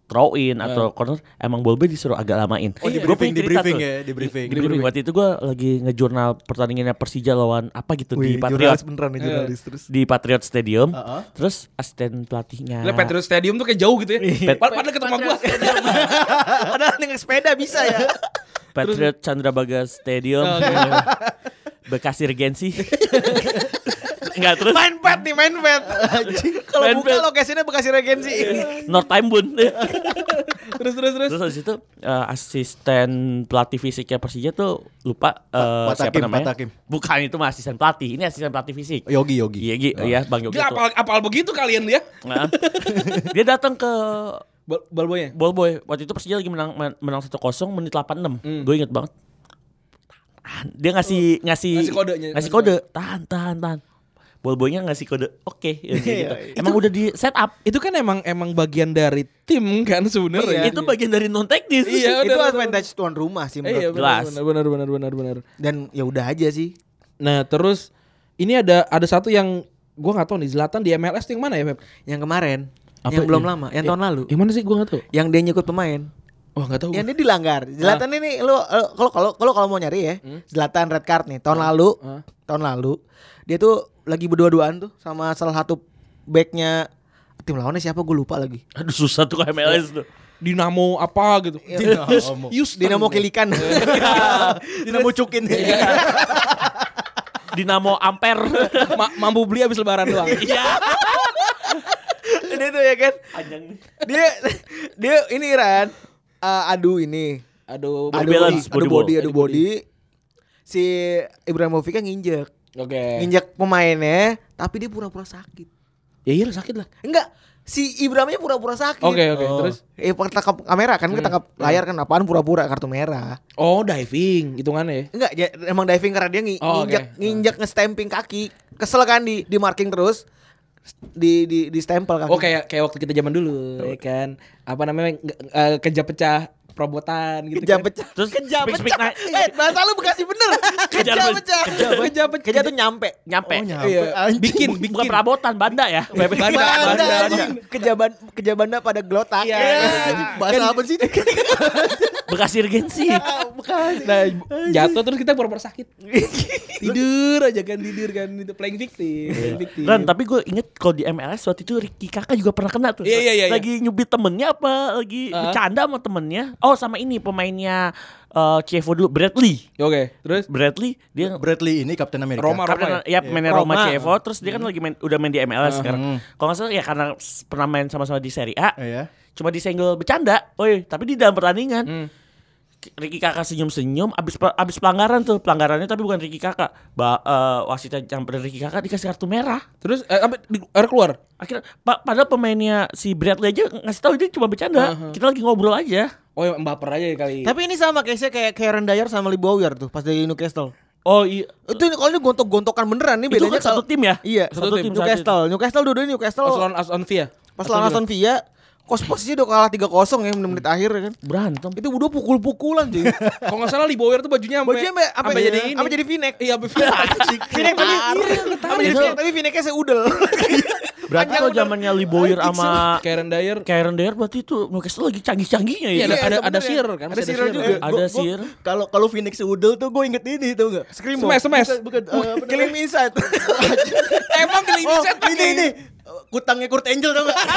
throw in atau corner emang ball boy disuruh agak lamain. Oh, di Gua briefing, punya di cerita briefing tuh. ya, di briefing. Di briefing. Waktu itu gue lagi ngejurnal pertandingannya Persija lawan apa gitu di Wih, Patriot. jurnalis beneran nih jurnalis terus. Di Patriot Stadium. Uh-uh. Terus asisten pelatihnya. Lah Patriot Stadium tuh kayak jauh gitu ya. Pet- Pad- Padahal ke rumah gua. Padahal dengan sepeda bisa ya. Patriot Candrabaga Stadium. Bekasi Regency. Enggak terus Main pet nih, main pet. Kalau Main buka pet. lokasinya Bekasi Regency. North Time Bun. Terus terus terus. Terus habis itu eh, asisten pelatih fisiknya Persija tuh lupa eh, Pak siapa Takim, namanya? Pak Takim. Bukan itu mah asisten pelatih. Ini asisten pelatih fisik. Yogi Yogi. Iya, Gi. Iya, Bang Yogi. Gila tuh. apal apal begitu kalian ya. Nah, dia datang ke Bal Balboy-nya. Ball Boy. Waktu itu Persija lagi menang men- menang satu kosong menit delapan puluh enam. Hmm. Gue inget banget. Tahan. Dia ngasih ngasih Ngasih kodenya. Ngasih kode. Tahan, tahan, tahan. Ball Boy-nya ngasih kode. Oke, ya, kayak gitu. Emang udah di set up. Itu kan emang emang bagian dari tim kan sebenarnya. Itu bagian dari non teknis. Iya, Itu udah, udah, advantage tuan rumah sih Eh, iya menurut. Jelas. benar, benar benar benar benar. Dan ya udah aja sih. Nah, terus ini ada ada satu yang gua nggak tahu nih, Zlatan di M L S tuh yang mana ya, Pep? Yang kemarin, Apa yang belum ini? lama, yang tahun lalu. Yang mana sih gua nggak tahu. Yang dia nyikut pemain. Wah, nggak tahu. Yang dia dilanggar. Zlatan ini lu eh, kalau kalau kalau kalau mau nyari ya, Zlatan red card nih. Tahun lalu, Ah. tahun lalu dia tuh lagi berdua-duaan tuh sama salah satu backnya tim lawannya siapa gue lupa lagi. Aduh susah tuh ke M L S tuh. Dinamo apa gitu. Dinamo. Houston. Dinamo Kilikan. Dinamo Cukin. Dinamo Ampere. Ma- mampu beli habis lebaran doang. Iya. Dia tuh ya kan. Panjang nih. Dia dia ini Ran eh, adu ini. Aduh, Body Adu balance, body, body adu body, ball. adu body. Si Ibrahimovic kan nginjek. Oke. Nginjek pemainnya, tapi dia pura-pura sakit. Ya iya sakit lah. Enggak, si Ibrahimnya pura-pura sakit. Oke, oke. Oh. Terus Eh, ketangkap kamera kan, ketangkap layar kan, apaan pura-pura kartu merah. oh, diving hitungannya ya. Enggak, ya, emang diving karena dia ngi- Oh, nginjek oke. nginjek nge-stamping kaki. Kesel kan di di marking terus. Di di di stempel kaki. Oh, kayak kayak waktu kita zaman dulu ya kan. Apa namanya? nge- eh, kejap pecah perobotan gitu Kejam kan. pecah. Terus kejam speak, pecah. speak, Eh, bahasa lu Bekasi bener. Kejar, Kejam Bes. pecah. Kejam pecah. Kejam tuh nyampe. Nyampe. Oh, nyampe. Iya. Anjing. Bikin Bukan bikin perabotan, banda ya. Banda, Banda, banda, anjing. Kejaban kejabanda pada gelotak. Iya. Bahasa apa sih? Bekasi Regency. Nah, jatuh terus kita pura-pura sakit. Tidur aja kan, tidur kan, itu playing victim. Playing victim. Ran, tapi gue inget kalau di M L S waktu itu Ricky Kakak juga pernah kena tuh. Iya, iya, iya, Lagi nyubit temennya apa lagi Ah. bercanda sama temennya. Oh sama ini pemainnya uh, Chievo dulu, Bradley. Oke, terus Bradley dia Bradley ini Kapten Amerika. Roma, Kapten, ya, ya? pemainnya Roma. Roma Chievo. Terus dia kan lagi main, udah main di M L S sekarang. Kalau nggak salah ya karena s- pernah main sama-sama di Serie A. Iya. Cuma disenggol bercanda. Oi, tapi di dalam pertandingan Hmm. Ricky Kakak senyum-senyum abis pe- abis pelanggaran tuh. Pelanggarannya tapi bukan Ricky Kakak. Ba eh, wasitnya nyamperin Ricky Kakak dikasih kartu merah. Terus eh, apa di, air keluar? Akhirnya pa- padahal pemainnya si Bradley aja ngasih tahu dia cuma bercanda. Kita lagi ngobrol aja. Oh, ya, baper aja kali. Tapi ini sama case-nya kayak Karen Dyer sama Lee Bowyer tuh pas dari Newcastle. Oh iya. Itu kalau ini gontok-gontokan beneran nih Itu bedanya kan satu kalau- tim ya? Iya, Satu satu tim, tim Newcastle. Newcastle dua-duanya Newcastle. Pas lawan Aston Villa. Pas lawan Aston Villa, kos posisinya udah kalah tiga kosong ya menit-menit akhir ya kan. Berantem. Itu udah pukul-pukulan cuy. Kalau nggak salah Lee Bowyer tuh bajunya sampai Bajunya sampai sampai jadi ini. sampai jadi V-neck. Iya, sampai V-neck. V-neck tapi sampai jadi V-neck tapi V-necknya seudel. Berarti kalau zamannya Lee Bowyer sama Karen Dyer. Karen Dyer berarti itu Newcastle lagi canggih-canggihnya Iya, ya. ada ada, ada sebenarnya. Shearer kan, Ada masih Shearer juga. ya. Ada Gua- gua- Sir. Kalau kalau Phoenix Udel tuh gue inget ini tau gak? Screamo. Smash, smash. Bukan, bukan, eh, apa Killing Me Inside. Emang Killing Me Oh, Inside ini pakai- ini kutangnya Kurt Angel tau gak?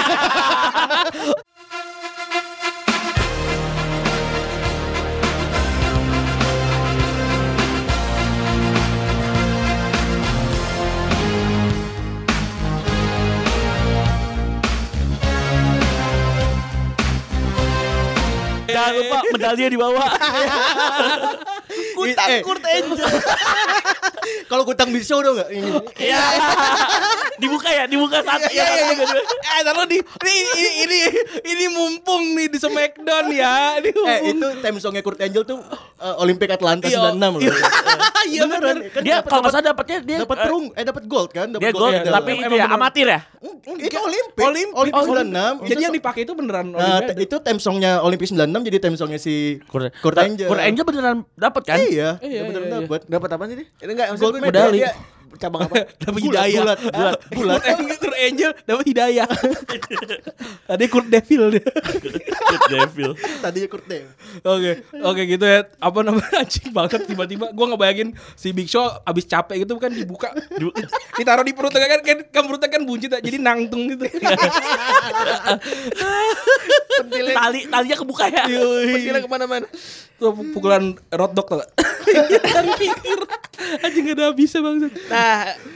Jangan lupa medalinya dibawa. Kutang Eh. Kurt Angel. Kalau kutang bisa udah gak? Ini. Iya. Dibuka ya, dibuka satu ya. Iya, iya, iya. Eh, taruh di ini, ini ini ini mumpung nih di Smackdown ya. Ini Eh mumpung. itu theme songnya Kurt Angel tuh uh, Olympic Atlanta Iya. sembilan enam loh. Iya, Beneran. Kan Dia dapat- kalau nggak salah dapatnya dia dapat eh, perung, eh dapat gold kan? Dapat Dia gold, medal. tapi Emang itu ya bener. amatir ya. Itu Olimpik. Olimpik. Olimpik Oh, sembilan enam. Jadi yang dipakai itu beneran Nah, Olimpiade. te- itu theme songnya Olimpik sembilan enam jadi theme songnya si Kurt, Kurt Angel. Kurt Angel beneran dapat kan? Iya, Iya, bener iya, iya. dapat. Dapat apa sih dia? Ini enggak Gold maksud gue medali. dia cabang apa? Dapat hidayah. Bulat, bulat, bulat. Kurt Angel dapat hidayah. Tadi Kurt Devil dia. Kurt Devil. Tadinya Kurt Devil. Oke, oke gitu ya. Apa namanya anjing banget tiba-tiba gua ngebayangin si Big Show abis capek gitu kan dibuka. Ditaruh di perut kan kan, kan perutnya kan buncit jadi nangtung gitu. Pentilnya, Tali talinya kebuka ya. pentilnya kemana-mana. Tuh pukulan road dog tuh. Dari pikir anjing gak ada habisnya bang. Nah,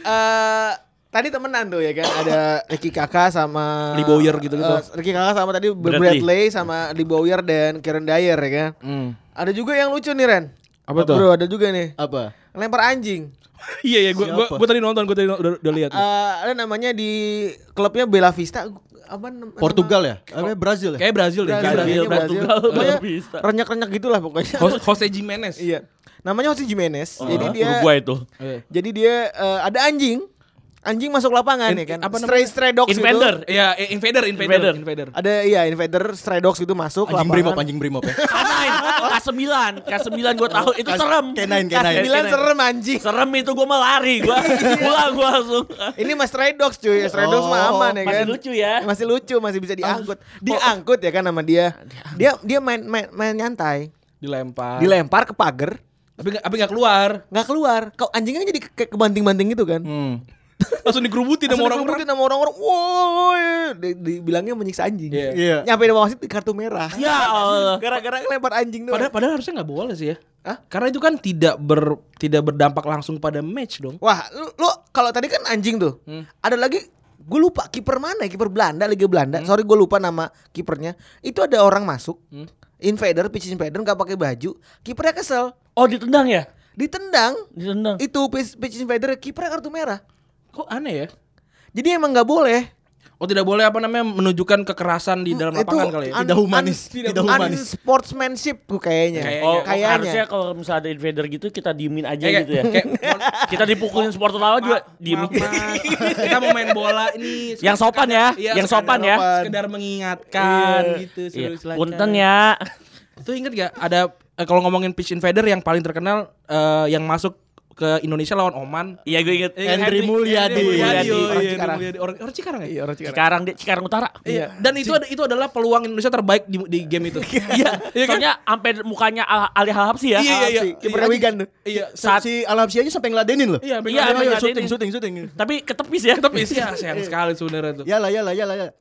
eh tadi temenan tuh ya kan, ada Ricky Kakak sama Lee Bowyer gitu-gitu. eh, Ricky Kakak sama tadi Bradley. Bradley sama Lee Bowyer dan Kieran Dyer ya kan. Hmm. Ada juga yang lucu nih Ren. Apa tuh? Bro, ada juga nih. Apa? Lempar anjing. Iya iya gua gua, Siapa? gua tadi nonton gua tadi no- udah, udah lihat. Eh, ada namanya di klubnya Bella Vista apa nam- Portugal ya? Apa Brazil ya? Kayak Brazil deh. Brazil, Kayak Brazil, Brazil. Brazil. Portugal, Pokoknya Bella Vista. renyak-renyak gitulah pokoknya. Jose- Jose Jimenez. Iya. Namanya Jose Jimenez. Oh, jadi dia Uruguay itu. Iya. jadi dia eh, ada anjing. Anjing masuk lapangan In- ya kan. apa Stray namanya? stray dogs Invader. gitu. Iya, eh, invader, invader, Invader. invader. Ada iya invader stray dogs gitu masuk Anjing lapangan. brimob, anjing brimob ya. Kanain, K sembilan, K sembilan gue tahu itu serem. Kenain, K kenain. sembilan serem anjing. Serem itu gue mau lari, gue pulang gue langsung. Ini mas stray dogs cuy. Stray dogs mah Oh, aman ya Masih kan. lucu ya. Masih lucu, masih bisa diangkut. Diangkut ya kan sama dia. Dia dia main main, main nyantai. Dilempar. Dilempar ke pagar, Tapi nggak tapi nggak keluar. nggak keluar. Kau anjingnya jadi kayak kebanting-banting gitu kan. Hmm. Langsung dikerubutin sama Langsung orang-orang. digebukin sama orang-orang. Woi, Di- dibilangnya menyiksa anjing. Iya. Iya. Nyampe di bawah situ kartu merah. Ya Allah. Gara-gara ngelempar anjing doang. Padahal, padahal harusnya nggak boleh sih ya. Hah? Karena itu kan tidak ber tidak berdampak langsung pada match dong. Wah, lu, lu kalau tadi kan anjing tuh. Hmm. Ada lagi gue lupa kiper mana ya? Kiper Belanda, Liga Belanda. Sorry gue lupa nama kipernya. Itu ada orang masuk. Hmm. Invader, pitch invader nggak pakai baju. Kipernya kesel. Oh ditendang ya? Ditendang. Ditendang. Itu pitch, pitch invader kipernya kartu merah. Kok aneh ya? Jadi emang nggak boleh. Oh tidak boleh apa namanya menunjukkan kekerasan di dalam lapangan kali ya. Tidak humanis, tidak humanis. Sportsmanship tuh kayaknya. Kayaknya. Oh, Kayaknya. harusnya kalau misalnya ada invader gitu kita diemin aja Kayak- gitu ya. kayak- Kita dipukulin supporter lawan juga diemin. Maaf, Mas. Kita mau main bola ini. Yang sopan ya, Iya, yang sekedar- sopan ya. Sekedar mengingatkan gitu. Iya. suruh silakan. Punten ya. Itu inget gak ada eh, kalau ngomongin pitch invader yang paling terkenal eh, yang masuk ke Indonesia lawan Oman. Iya gue inget. Hendry Mulyadi. Hendry Mulyadi. Mulyadi. Oh, iya, Orang Hendry Cikarang. Mulyadi. Orang orang Cikarang ya? Iya, orang Cikarang. Cikarang di Cikarang Utara. Iya. Dan itu ada itu adalah peluang Indonesia terbaik di, di game itu. Iya. Iya kan? Soalnya sampai mukanya Al- Ali Halapsi ya. Iya iya iya. Kipernya Wigan tuh. Iya. Saat si Alamsi aja sampai ngeladenin loh. Iya, Iya, iya, sampai Ayo, ngeladenin. syuting, syuting, syuting. Tapi ketepis ya. tapi sih ya sayang sekali sebenarnya tuh. Yalah, yalah, yalah, yalah.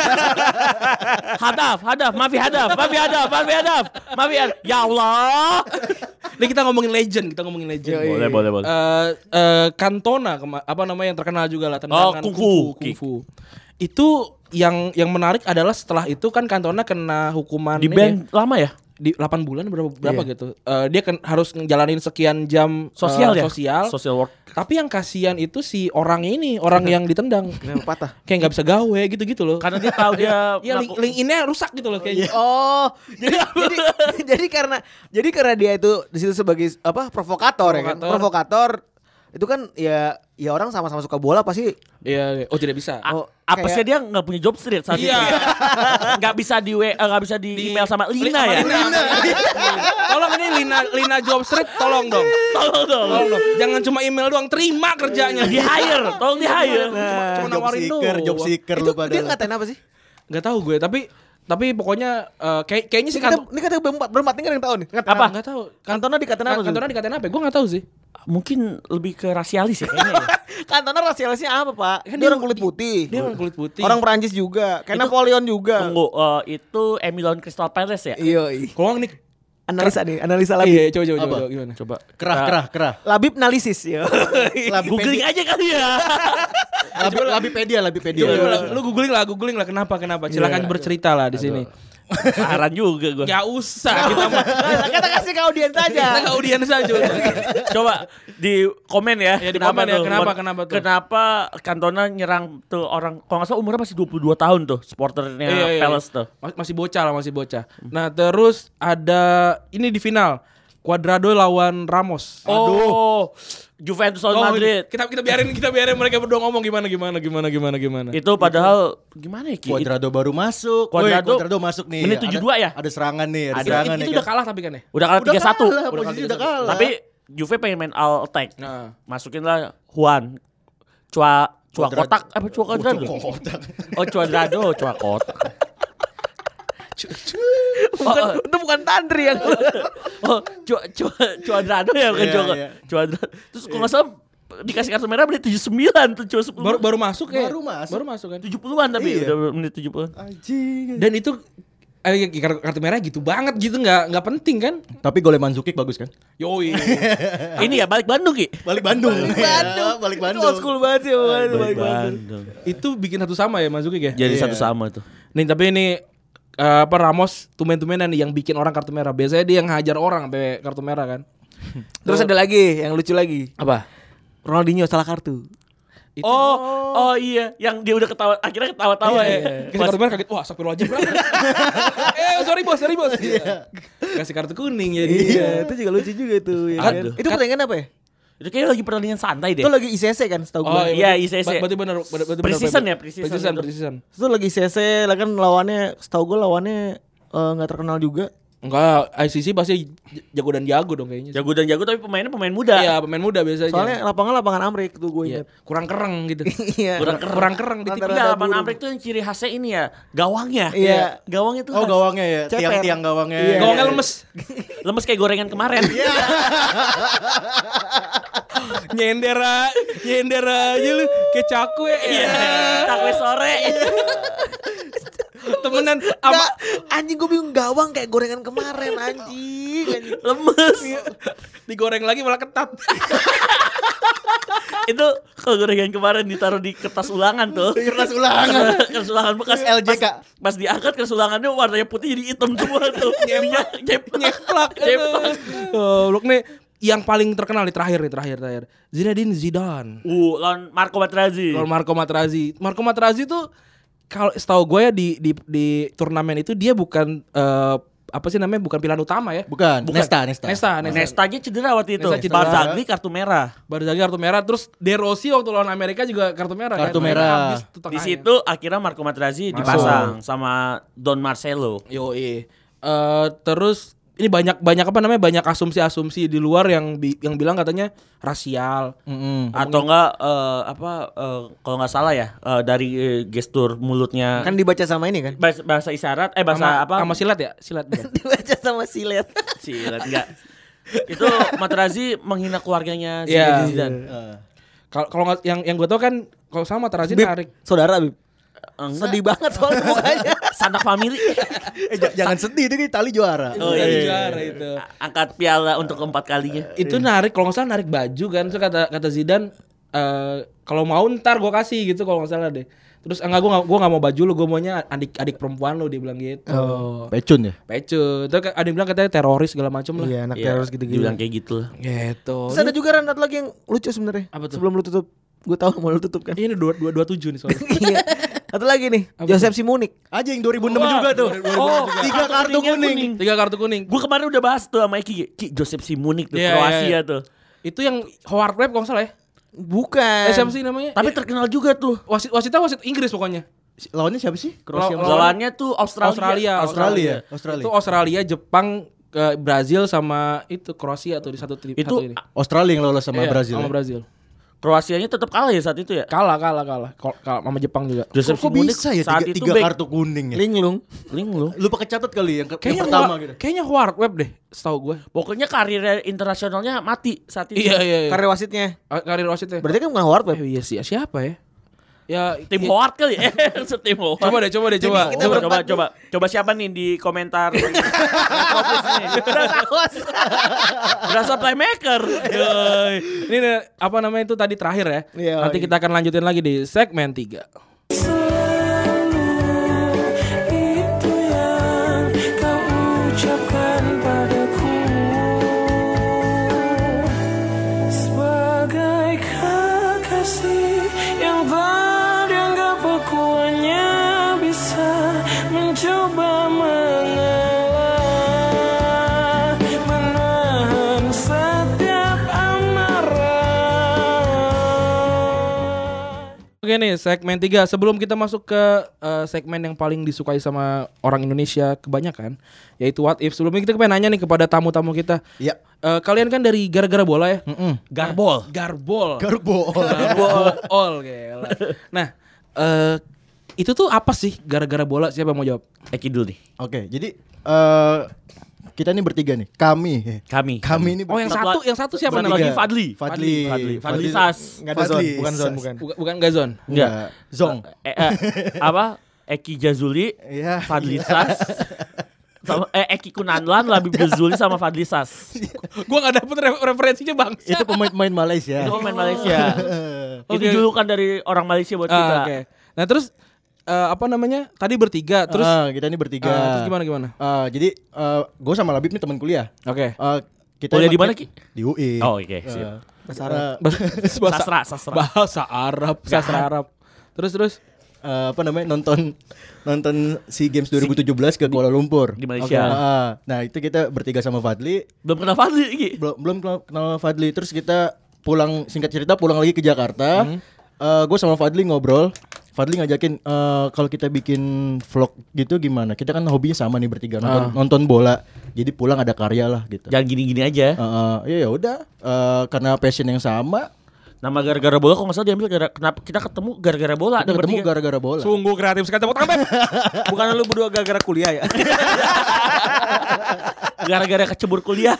Hadaf, hadaf, mafi hadaf, mafi hadaf, mafi hadaf, mafi hadaf. Ya Allah. Nih kita ngomongin legend, kita ngomongin legend. Yoi. Boleh, boleh, boleh. Eh eh, Cantona kema- apa namanya yang terkenal juga lah tendangan Oh, kungfu. kungfu. Itu yang yang menarik adalah setelah itu kan Cantona kena hukuman Di ini band ya, lama ya? di delapan bulan berapa berapa Iya. gitu. Eh, dia kan harus ngejalanin sekian jam Sosial eh, ya? sosial. Social work. Tapi yang kasihan itu si orang ini, orang yang ditendang. Kenapa patah? Kayak nggak bisa gawe gitu-gitu loh. Karena dia tahu dia Iya, link, melaku- link ini rusak gitu loh kayaknya. Oh, jadi jadi jadi karena jadi karena dia itu di situ sebagai apa provokator, ya kan? Provokator. Provokator itu kan ya ya orang sama-sama suka bola pasti Iya, iya. Oh tidak bisa. A- Oh, apa kayak- sih dia nggak punya job street saat Iya. itu? Nggak bisa di W, eh, nggak bisa di, email sama Lina ya? Lina. Tolong ini Lina Lina Job Street tolong dong. Tolong dong. Tolong dong. Jangan cuma email doang, terima kerjanya. Di hire, tolong di hire. Cuma Job nawarin seeker, doang. job seeker itu lu pada. dia ngatain apa sih? Nggak tahu gue, tapi tapi pokoknya eh, kayak kayaknya Ini sih kata, kan ini kata berempat, berempat ini kan yang tahu nih. Nggak- Apa? Nggak tahu. Cantona dikatain apa? Cantona dikatain apa? Gue nggak tahu sih. Mungkin lebih ke rasialis ya kayaknya ya. Cantona rasialisnya apa, Pak? Kan dia, dia- orang kulit putih. Dia orang kulit putih. Orang Perancis juga. Kayak Napoleon juga. Tunggu, eh, itu Emilion Crystal Palace ya? Iya, iya. Kalau nih Analisa nih, analisa Labib. iya, coba coba coba, Apa? coba gimana? Coba. Kerah, kerah, kerah. Labib analisis ya. Googling aja kali ya. Labi, Labipedia, Labipedia. Coba, coba, lu googling lah, googling lah kenapa kenapa. Silakan bercerita lah di sini. Saran juga gue. Gak usah kita mah. Kita kasih ke audiens Kita aja. ke audiens aja. Coba di komen ya. Ya, di komen ya, tuh? kenapa, kenapa tuh? Kenapa Cantona nyerang tuh orang, kalau nggak salah umurnya masih dua puluh dua tahun tuh, supporternya Iya, iya, Palace iya. tuh. Mas- Masih bocah lah, masih bocah. Nah, terus ada ini di final. Cuadrado lawan Ramos. Oh, Juventus lawan Oh, Madrid. Kita kita biarin kita biarin mereka berdua ngomong gimana gimana gimana gimana gimana. Itu padahal gimana ya Ki? Cuadrado baru masuk. Cuadrado- Woi, Cuadrado masuk nih. menit Ada- tujuh puluh dua ya? Ada serangan nih, ada, Ada. serangan itu nih. udah kan. kalah tapi kan ya? Udah kalah Udah tiga satu. kalah, posisi udah kalah. Tapi Juve pengen main all attack. Nah. Masukin lah Juan. Cua Cua Cuadrado. kotak apa Cua Cuadrado? Oh Cuadrado, Cua kotak. Bukan, itu bukan Tandri yang Oh, Cua Cua Cuadrado ya bukan Iya, Cua. iya. Cuadrado. Terus kalau enggak salah dikasih kartu merah menit tujuh puluh sembilan tuh Cua sepuluh. Baru baru masuk ya. Baru masuk. Baru masuk kan. tujuh puluhan tapi Iya. udah menit tujuh puluhan. Anjing. Dan itu eh, kartu, kartu merah gitu banget gitu nggak nggak penting kan? Tapi golnya Mandzukic bagus kan? Yoi. Ini ya balik Bandung Ki. Balik Bandung. Balik Bandung. balik Itu Bandung. old school banget sih, balik balik Bandung. Bandung. Itu bikin satu sama ya Mandzukic ya. Jadi Iya. satu sama tuh. Nih tapi ini eh, apa Ramos tumen-tumenan nih yang bikin orang kartu merah. Biasanya dia yang hajar orang sampai kartu merah kan. Terus ada lagi yang lucu lagi. Apa? Ronaldinho salah kartu. Itu Oh, oh iya, yang dia udah ketawa, akhirnya ketawa-tawa ya. Kasih kartu merah kaget. Wah, astagfirullahaladzim berapa? eh, sorry bos, sorry bos. Kasih kartu kuning ya dia. Iya, itu juga lucu juga tuh. Ya kan? Aduh. Itu pertandingan apa ya? Itu kayaknya lagi pertandingan santai deh. Itu lagi I C C kan, setahu Oh gue. iya, I C C. Berarti benar, berarti benar. Pre-season Feby. ya, pre-season Pre-season, itu. pre-season. Itu lagi I C C, lah kan lawannya, setahu gue lawannya eh, nggak terkenal juga. Enggak, I C C pasti j- jago dan jago dong kayaknya. Jago dan jago tapi pemainnya pemain muda. Iya, pemain muda biasanya. Soalnya lapangan lapangan Amrik tuh gue Iya, ingat. kurang kereng gitu. Iya. kurang kereng, kurang kereng di Rada- tipis. rada Enggak, lapangan burung. Amrik tuh yang ciri khasnya ini ya, gawangnya. Iya. Gawangnya tuh Oh khas. gawangnya ya, Ceper. tiang-tiang gawangnya. Iya. Gawangnya lemes. Lemes kayak gorengan kemarin. nyender a- nyender aja lu kayak cakwe. Iya. Takwe sore. Temenan Nggak, sama anjing gue bingung gawang kayak gorengan kemarin anjing. anjing. Lemes. digoreng lagi malah ketat. Itu kalau gorengan kemarin ditaruh di kertas ulangan tuh. Kertas ulangan. Kertas ulangan bekas L J K. Pas, pas diangkat kertas ulangannya warnanya putih jadi hitam semua tuh. Minyak nyeplak. Nyeplak. Nyeplak. Oh, Blok nih yang paling terkenal nih terakhir nih terakhir terakhir. Zinedine Zidane. Uh, lawan Marco Materazzi. Kalau Marco Materazzi, Marco Materazzi tuh kalau setahu gue ya di di di turnamen itu dia bukan eh, apa sih namanya bukan pilihan utama ya. Bukan, Nesta, Nesta. Nesta, Nesta. Nestanya cedera waktu itu. Nesta cedera. Barzagli kartu merah. Barzagli kartu merah, terus De Rossi waktu lawan Amerika juga kartu merah. Kartu kan? merah. Habis tuh Di tengahnya. situ akhirnya Marco Materazzi dipasang sama Don Marcelo. Yo eh terus ini banyak banyak apa namanya banyak asumsi-asumsi di luar yang bi- yang bilang katanya rasial. Mm-mm. Atau enggak eh, apa eh, kalau nggak salah ya eh, dari eh, gestur mulutnya Kan dibaca sama ini kan? bahasa, bahasa isyarat eh bahasa Sama- apa Sama silat ya? Silat bukan? Dibaca sama silet. silat enggak itu Materazzi menghina keluarganya Iya. Zinedine Zidane. Eh. Kalau kalau nggak- yang yang gue tau kan kalau sama Materazzi Bib, tarik. saudara Bib. Enggak. Sedih banget soalnya mukanya. Sanak family. Eh, j- jangan sedih, ini Itali juara. Oh, Bukan iya. juara itu. Angkat piala untuk keempat kalinya. Itu narik kalau nggak salah narik baju kan. Terus kata kata Zidane eh kalau mau ntar gue kasih gitu kalau nggak salah deh. Terus enggak gue nggak gue nggak mau baju lu, gue maunya adik adik perempuan lu, dia bilang gitu. Oh. Pecun ya? Pecu. Terus ada yang bilang katanya teroris segala macam lah. Iya, anak Iya, teroris gitu-gitu. dibilang kayak gitu lah. Gitu. Terus ada juga Ran, satu lagi yang lucu sebenarnya. Apa tuh? Sebelum lu tutup, gue tahu mau lu tutup kan. Ini dua dua dua tujuh nih soalnya. Iya. Satu lagi nih, Joseph Simunik. Aja yang dua ribu enam juga tuh. Oh, Tiga kartu kuning. Tiga kartu kuning. Gue kemarin udah bahas tuh sama Eki, Ki Joseph Simunik tuh Iya, Kroasia iya, iya. tuh. Itu yang Howard Webb kalau nggak salah ya. Bukan. S M C namanya. Tapi terkenal juga tuh. wasit wasitnya wasit Inggris pokoknya. Lawannya siapa sih? Lawan- Kroasia. Lawannya tuh Australia. Australia. Australia. Australia. Itu Australia, Jepang, ke Brazil sama itu Kroasia tuh di satu tri- Itu satu ini. Australia yang lolos sama Iya, Brazil. Sama ya? Brazil. Kroasianya tetap kalah ya saat itu ya. Kalah, kalah, kalah. Kal- kalah sama Jepang juga. Joseph Kok Simunik bisa ya saat tiga, itu tiga back- kartu kuning ya? Linglung. Link lu. Lupa kecatat kali yang, ke- yang Kayaknya pertama Howard- gitu. Kayaknya Howard Webb deh, setahu gue. Pokoknya karir internasionalnya mati saat itu. Iya, iya, iya. Karir wasitnya. Ah, Karir wasitnya. Berarti kan bukan Howard Webb. Eh, iya sih, siapa ya? Ya Tim iya. Howard kali ya. Tim Howard. Coba deh, coba deh, coba. kita Coba, berempat coba, nih. coba, coba siapa nih di komentar? Metropus nih. Berasa playmaker. Yoi. Ini nih, apa namanya itu tadi terakhir ya. Iya, Nanti iya. kita akan lanjutin lagi di segmen tiga. Itu yang kau ucapkan padaku sebagai kekasih yang tak dianggap aku hanya bisa mencoba mengalah, menahan setiap amarah. Oke nih, segmen tiga. Sebelum kita masuk ke uh, segmen yang paling disukai sama orang Indonesia kebanyakan, yaitu What If. Sebelumnya kita pengen nanya nih kepada tamu-tamu kita. Iya. Uh, kalian kan dari gara-gara bola ya? Mm-mm. Garbol. Garbol. Garbo. Garbol. Gila. Nah, uh, itu tuh apa sih gara-gara bola? Siapa yang mau jawab? Eki dulu nih. Oke, jadi eh kita nih bertiga nih. Kami. Kami. Kami ini Oh, yang Satu satu, la- yang satu siapa satu namanya? lagi Fadli. Fadli. Fadli. Fadli Sas. Enggak ada zone, Fadli. bukan zone, bukan. Bukan, bukan Gazon. Enggak. Zong. Eh, eh, apa? Eki Jazuli, Iya. Fadli Sas. Sama eh Eki Kunanlan, Labib Jazuli sama Fadli Sas. Gua enggak dapet re- referensinya, Bang. Itu pemain-pemain Malaysia. Itu pemain Malaysia. Oke. Itu julukan dari orang Malaysia buat kita. Ah, oke. Nah, terus eh, apa namanya? Tadi bertiga, terus Ah, kita ini bertiga. ah, terus gimana gimana? Ah, jadi gue sama Labib nih teman kuliah. Oke. Ah, kita Kuliah di emang- mana, Ki? Di U I. Oh, oke, sip. Ah, Bahasa Arab. ah, Bahasa Sastra, sastra. bahasa Arab, sastra Arab. Terus terus eh, apa namanya nonton nonton SEA Games dua ribu tujuh belas ke Kuala Lumpur Di Malaysia. Ah, nah itu kita bertiga sama Fadli, Belum kenal Fadli, Ki. belum belum kenal, kenal Fadli, terus kita pulang, singkat cerita pulang lagi ke Jakarta. Gue sama Fadli ngobrol, Fadli ngajakin eh, kalau kita bikin vlog gitu gimana? Kita kan hobinya sama nih bertiga, nonton, nonton bola. Jadi pulang ada karya lah gitu. Jangan gini-gini aja. Eh, eh, ya udah, eh, karena passion yang sama, Nama gara-gara bola kok nggak salah diambil gara kenapa kita ketemu gara-gara bola. kita nih ketemu bertiga. gara-gara bola. sungguh kreatif sekali, tepuk tangan, Beb. Bukan lu berdua gara-gara kuliah ya? Gara-gara kecebur kuliah.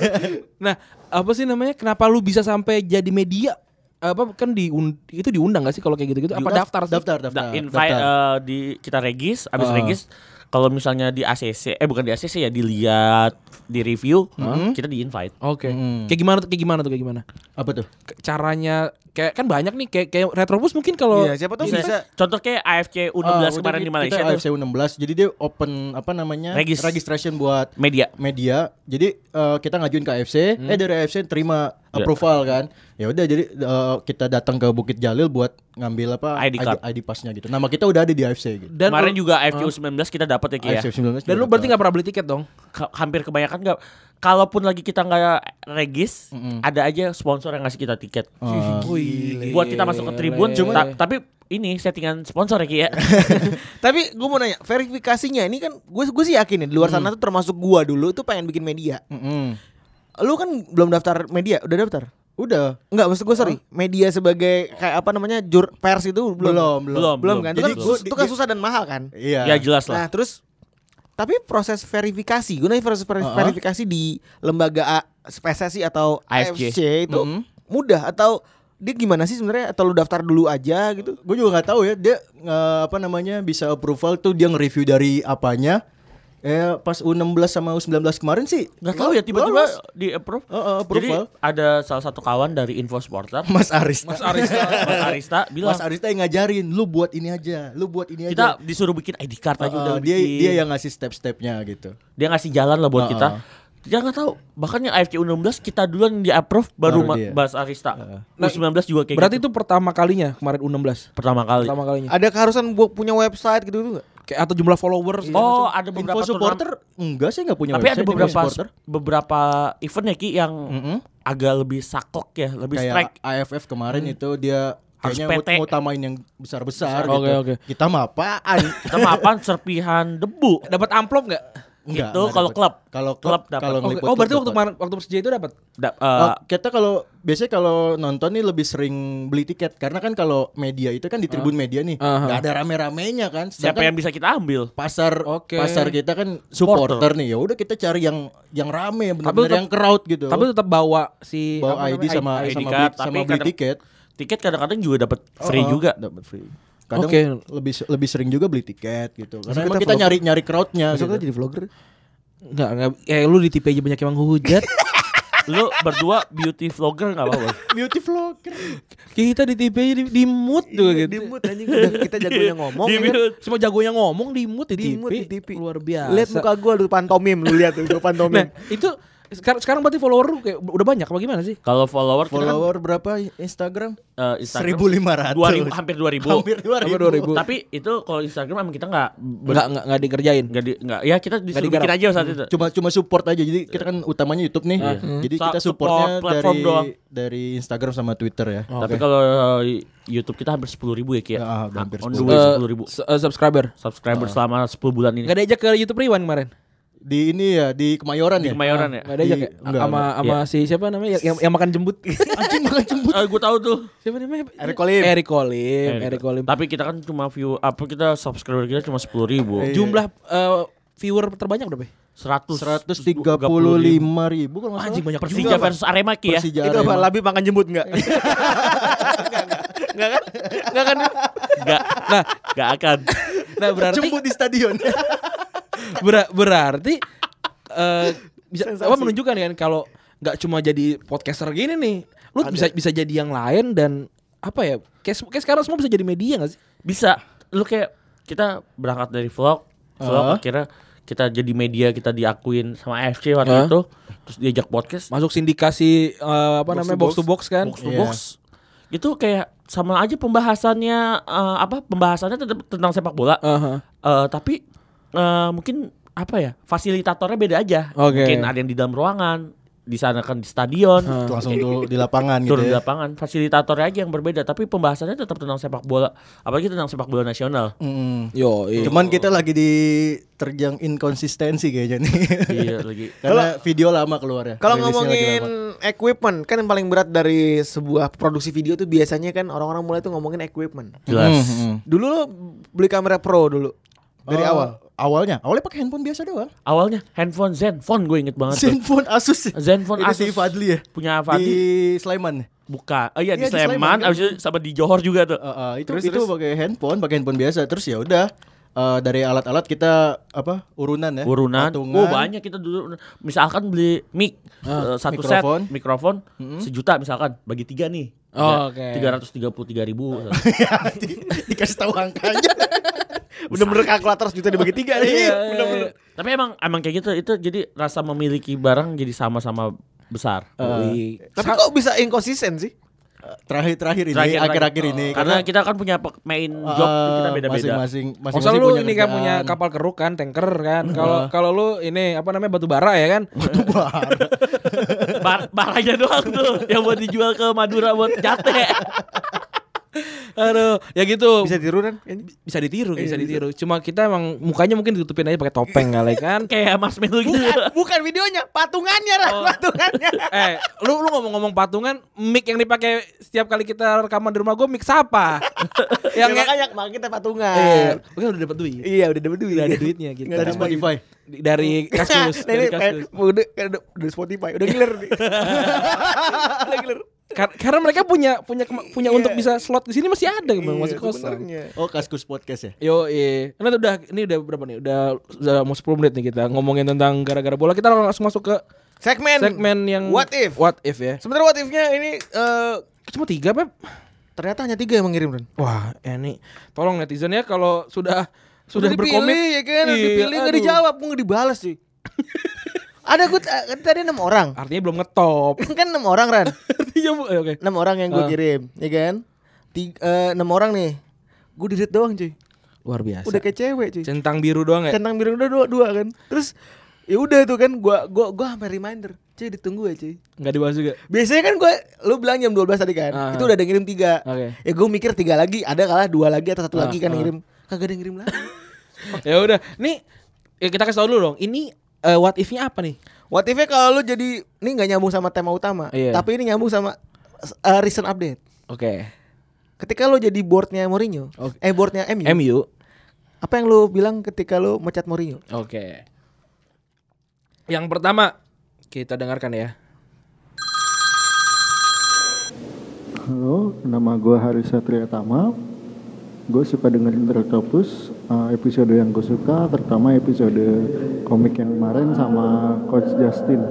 Nah, apa sih namanya? Kenapa lu bisa sampai jadi media? Apa kan di itu diundang gak sih kalau kayak gitu-gitu? Apa daftar sih? Daftar, daftar. Nah, invite daftar. eh, di kita regis, abis Ah. regis kalau misalnya di A C C, eh bukan di A C C ya, dilihat di review, kita di invite. Oke. Mm. Kayak gimana tuh? Kayak gimana tuh? Kayak gimana? Apa tuh? Ke- Caranya kayak kan banyak nih kayak kayak Retrobus mungkin kalau Iya, siapa tahu bisa. Contoh kayak A F C U enam belas Ah, kemarin udah, di Malaysia kita tuh A F C U enam belas. Jadi dia open apa namanya? Regis. Registration buat media. media. Jadi eh, kita ngajuin ke A F C, Hmm. eh dari A F C terima Ya. approval kan. Ya udah jadi eh, kita datang ke Bukit Jalil buat ngambil apa I D card. I D pass-nya gitu. Nama kita udah ada di A F C gitu. dan Kemarin lu- juga A F C U sembilan belas kita dapat ya Ki ya. A F C sembilan belas. dan lu juga berarti dapat. nggak pernah beli tiket dong? Ka- hampir kebanyakan nggak. Kalaupun lagi kita nggak regis, Mm-mm. ada aja sponsor yang ngasih kita tiket. Ah. Wih, Buat kita masuk ke tribun. gile. Ta- tapi ini settingan sponsor ya Ki ya. Tapi gue mau nanya, verifikasinya ini kan gue gue sih yakin nih di luar sana tuh termasuk gua dulu tuh pengen bikin media. Mm-mm. Lu kan belum daftar media, udah daftar? Udah. Enggak, maksud gue sorry, media sebagai kayak apa namanya jur pers itu belum. Belum, Belum, Belum kan? Itu kan, Jadi sus- gua- itu kan di- susah dan mahal kan? Iya. Ya jelas Nah, lah. terus tapi proses verifikasi, gue nanya proses veri- Uh-uh. verifikasi di lembaga A- P S S I atau A A F F C. C itu Mm-mm. mudah atau dia gimana sih sebenarnya, atau lu daftar dulu aja gitu? Gue juga nggak tahu ya dia eh, apa namanya bisa approval tuh dia nge-review dari apanya. Eh pas U enam belas sama U sembilan belas kemarin sih Nggak tahu ya tiba-tiba lolos. di approve. Oh, oh, Jadi approval. ada salah satu kawan dari Info Supporter, Mas Aris. Mas Arista. Mas Arista bilang Mas Arista yang ngajarin, lu buat ini aja, lu buat ini kita aja. disuruh bikin I D card aja Uh, udah dia bikin. dia yang ngasih step-stepnya gitu. Dia ngasih jalan lah buat Uh-uh. kita. Dia nggak tahu. Bahkan yang A F C U enam belas kita duluan yang di approve baru, Baru Ma- dia. Mas Arista. Nah, U sembilan belas juga kayak Berarti gitu. itu pertama kalinya kemarin U enam belas. pertama kali. Pertama kalinya. Ada keharusan buat punya website gitu gitu nggak? Kayak atau jumlah followers. Oh, ada beberapa Info supporter enggak sih enggak punya turnamen. Tapi ada website, Info beberapa supporter. beberapa event ya Ki yang Mm-mm. agak lebih saklek ya, lebih strike. Kayak A F F kemarin itu dia Harus kayaknya P T. mau utamain yang besar-besar Besar. gitu. Oke, oke. Kita mah apaan? Kita mah apaan serpihan debu. Dapat amplop nggak? Enggak. Itu enggak kalau dapet. klub. Kalau Klub klub dapat. kalau Oh, ngeliput oh, berarti klub waktu dapat. kemarin waktu Persija itu dapat. Da- Oh, eh, kita kalau biasanya kalau nonton nih lebih sering beli tiket karena kan kalau media itu kan di tribun media nih Aha. nggak ada rame-ramenya kan. siapa Sedangkan yang bisa kita ambil? pasar Oke. pasar kita kan supporter nih, ya udah kita cari yang yang rame, yang benar-benar tetap- yang crowd gitu. Tapi tetap bawa si bawa apa I D namanya, sama I D sama card, beli, tapi sama beli kadang- tiket. Tiket kadang-kadang juga dapat free Oh, juga. dapat free. Kadang Oke. lebih lebih sering juga beli tiket gitu. Karena Besok emang kita kita vlog. nyari nyari crowdnya Besok gitu. kita jadi vlogger. Enggak, enggak. Eh lu di T P aja banyak yang hujat. Lu berdua beauty vlogger enggak apa-apa. Beauty vlogger. Kita di T P aja di, di mood juga gitu. Di mood anjing, udah kita jagonya ngomong Di ya kan? mute. Semua jagonya ngomong di mood di, Di T P. mood di T V. Luar biasa. Lihat muka gua lu pantomim, lu lihat tuh gua pantomim. Nah, itu sekarang sekarang berarti follower lu kayak udah banyak apa gimana sih? Kalau follower kita kan Follower berapa Instagram? eh, Instagram seribu lima ratus. dua ribu, hampir dua ribu. Hampir dua ribu. Hampir dua ribu. Tapi itu kalau Instagram emang kita nggak ber- Enggak enggak enggak dikerjain. nggak di nggak ya kita disuruh digarap. bikin aja saat itu. Cuma cuma support aja. Jadi kita kan utamanya YouTube nih. Jadi Sa- kita support supportnya platform dari doang. dari Instagram sama Twitter ya. Tapi kalau YouTube kita hampir sepuluh ribu ya Ki. Ya, ah, udah hampir On the sepuluh. way Eh, sepuluh ribu s- eh, subscriber. subscriber selama sepuluh bulan ini. Enggak diajak ke YouTube Rewind kemarin. Di ini ya di Kemayoran Di ya. Kemayoran ya. Enggak diajak Di- ya? enggak, Sama sama si siapa namanya yang, yang makan jembut. Anjing makan jembut. Eh gue tahu tuh. Siapa namanya? Eric Kolim. Eric Kolim, Eric Kolim. Tapi kita kan cuma view apa kita subscriber kita cuma sepuluh ribu. Jumlah eh, viewer terbanyak berapa? Seratus seratus tiga puluh lima ribu kalau nggak salah. Anjing banyak Persija juga. versus Arema Ki ya. Persija Itu apa? Arema. Labi makan jembut enggak? Enggak kan? Enggak kan? Enggak. Nah, enggak akan. Nah, berarti Jembut di stadion. Ber- berarti eh, bisa apa menunjukkan kan kalau nggak cuma jadi podcaster gini nih, lu bisa bisa jadi yang lain dan apa ya? Kayak, kayak sekarang semua bisa jadi media nggak sih? Bisa. Lu kayak kita berangkat dari vlog, vlog Ah. akhirnya kita jadi media, kita diakuin sama A F C waktu Ah. itu, terus diajak podcast, Masuk sindikasi eh, apa Box namanya to box to box kan? box to Iya. box. Itu kayak sama aja pembahasannya eh, apa? Pembahasannya tetap tentang sepak bola. Aha. Eh, tapi eh, mungkin apa ya? Fasilitatornya beda aja. Oke. Mungkin ada yang di dalam ruangan, di sana kan di stadion. Langsung tuh di lapangan gitu Turun di ya. lapangan, fasilitatornya aja yang berbeda, tapi pembahasannya tetap tentang sepak bola, apalagi tentang sepak bola nasional. Mm. Yo, iya. Cuman kita lagi di terjang inkonsistensi kayaknya nih. Iya lagi. Karena video lama keluar ya. Kalau Rilisnya lagi ngomongin lama. equipment kan yang paling berat dari sebuah produksi video tuh biasanya kan orang-orang mulai tuh ngomongin equipment. Jelas. Mm, mm. Dulu lo beli kamera pro dulu dari Oh, awal. Awalnya, awalnya pakai handphone biasa doang. Awalnya handphone Zenfone gue inget banget tuh. Zenfone Asus. Zenfone Ini Asus. si Fadli ya. Punya Di Fadli. Sleman. Buka. Oh iya, di Iya, di Sleman, Sleman, kan? abis itu sama di Johor juga tuh. Uh, uh, itu Terus, itu terus? pakai handphone, pakai handphone biasa. Terus ya udah uh, dari alat-alat kita apa urunan ya. Urunan. Patungan. Oh banyak kita dulu. Misalkan beli mic eh, satu mikrofon. set mikrofon sejuta misalkan bagi tiga nih. Oh, oke. Tiga ratus tiga puluh tiga ribu. Di- dikasih tahu angkanya. Bener-bener kalkulator sejuta dibagi tiga nih. Iya, Bener-bener. Tapi emang emang kayak gitu. Itu jadi rasa memiliki barang jadi sama-sama besar. Wih. Tapi kok bisa inkonsisten sih? Terakhir-terakhir ini, Terakhir- akhir-akhir terakhir. ini Karena kita kan punya pe- main job uh, kita beda-beda. Masing-masing Masa masing-masing lu punya ini kan punya kerjaan. kapal keruk kan, tanker kan. Kalau kalau lu ini apa namanya batu bara ya kan? Bar baranya doang tuh yang buat dijual ke Madura buat jate. Aduh, ya gitu. Bisa tiru kan? Kayaknya. bisa ditiru, bisa ditiru. Cuma kita emang mukanya mungkin ditutupin aja pakai topeng kali kan. Kayak Mas Melu gitu. Bukan, bukan videonya, patungannya lah, patungannya. Eh, lu lu ngomong-ngomong patungan, mic yang dipakai setiap kali kita rekaman di rumah gue mic siapa? Yang yang makanya makanya kita patungan. Iya, oke udah dapat duit. Iya, udah dapat duit. Udah ada duitnya gitu. Nggak Dari ada Spotify. Di- dari Kaskus, Nah, ini dari kayak Kaskus. udah udah udah Spotify, udah ngiler nih. Udah ngiler. Kar- karena mereka punya punya kema- punya Iya. untuk bisa slot di sini masih ada bang, masih Iya, kosong. sebenarnya. Oh, Kaskus Podcast ya. Yo, iya. Ini udah ini udah berapa nih? Udah udah mau sepuluh menit nih kita ngomongin tentang gara-gara bola. Kita langsung masuk ke Segmen segmen yang What If. What if ya. Sebenarnya what if-nya ini eh, Cuma tiga, Pep. ternyata hanya tiga yang mengirim, Ren. Wah, ini tolong netizen ya kalau sudah Sudah sudah dipilih berkomen ya kan, udah Iya, dipilih nggak aduh. dijawab, nggak dibalas sih. Ada gue tadi enam orang. Artinya belum ngetop. Kan enam orang, Ran. Artinya bu- eh, oke. Enam orang yang gue Ah. kirim, ya kan? Tiga, eh, enam orang nih. Gue delete doang, cuy. Luar biasa. Udah kayak cewek, cuy. Centang biru doang ya. Centang biru udah dua, dua kan. Terus ya udah tuh kan gua gua gua sampai reminder. Cuy, ditunggu ya, cuy. Enggak dibahas juga. Biasanya kan gua lu bilang jam dua belas tadi kan. Ah. Itu udah ada yang ngirim tiga. Oke. Ya gue mikir tiga lagi, ada kalah dua lagi atau satu Ah, lagi kan ah. ngirim. Kagak ada yang ngirim lagi. Ya udah. Nih ya kita kasih tau dulu dong. Ini eh, what if-nya apa nih? What if-nya kalau lu jadi ini nggak nyambung sama tema utama, Iya. tapi ini nyambung sama uh, recent update. Oke. Ketika lu jadi boardnya Mourinho, Oke. eh boardnya M U, M U. apa yang lu bilang ketika lu mecat Mourinho? Oke. Yang pertama kita dengarkan ya. Halo, nama gue Haris Satria Tama. Gue suka dengerin Retropus. Uh, episode yang gue suka, terutama episode komik yang kemarin sama Coach Justin.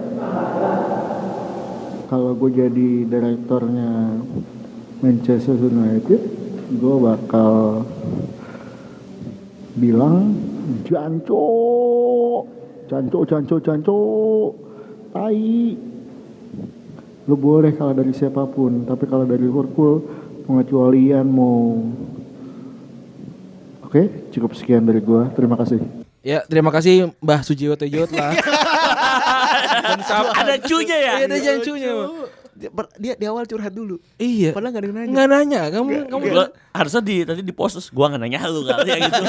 Kalau gue jadi direkturnya Manchester United, gue bakal bilang Janco, Janco, Janco, Janco. Tai. Lu boleh kalah dari siapapun, tapi kalau dari Liverpool pengecualian mau. Oke, cukup sekian dari gua. Terima kasih. Ya, terima kasih Mbah Sujiwo Tejo telah Ada cunya ya? Iya, ada jancunya. Dia, dia di awal curhat dulu. Iya. Padahal gak ada yang nanya. Nggak nanya, kamu kamu Gua, harusnya di tadi di post gua nggak nanya lu kali ya gitu.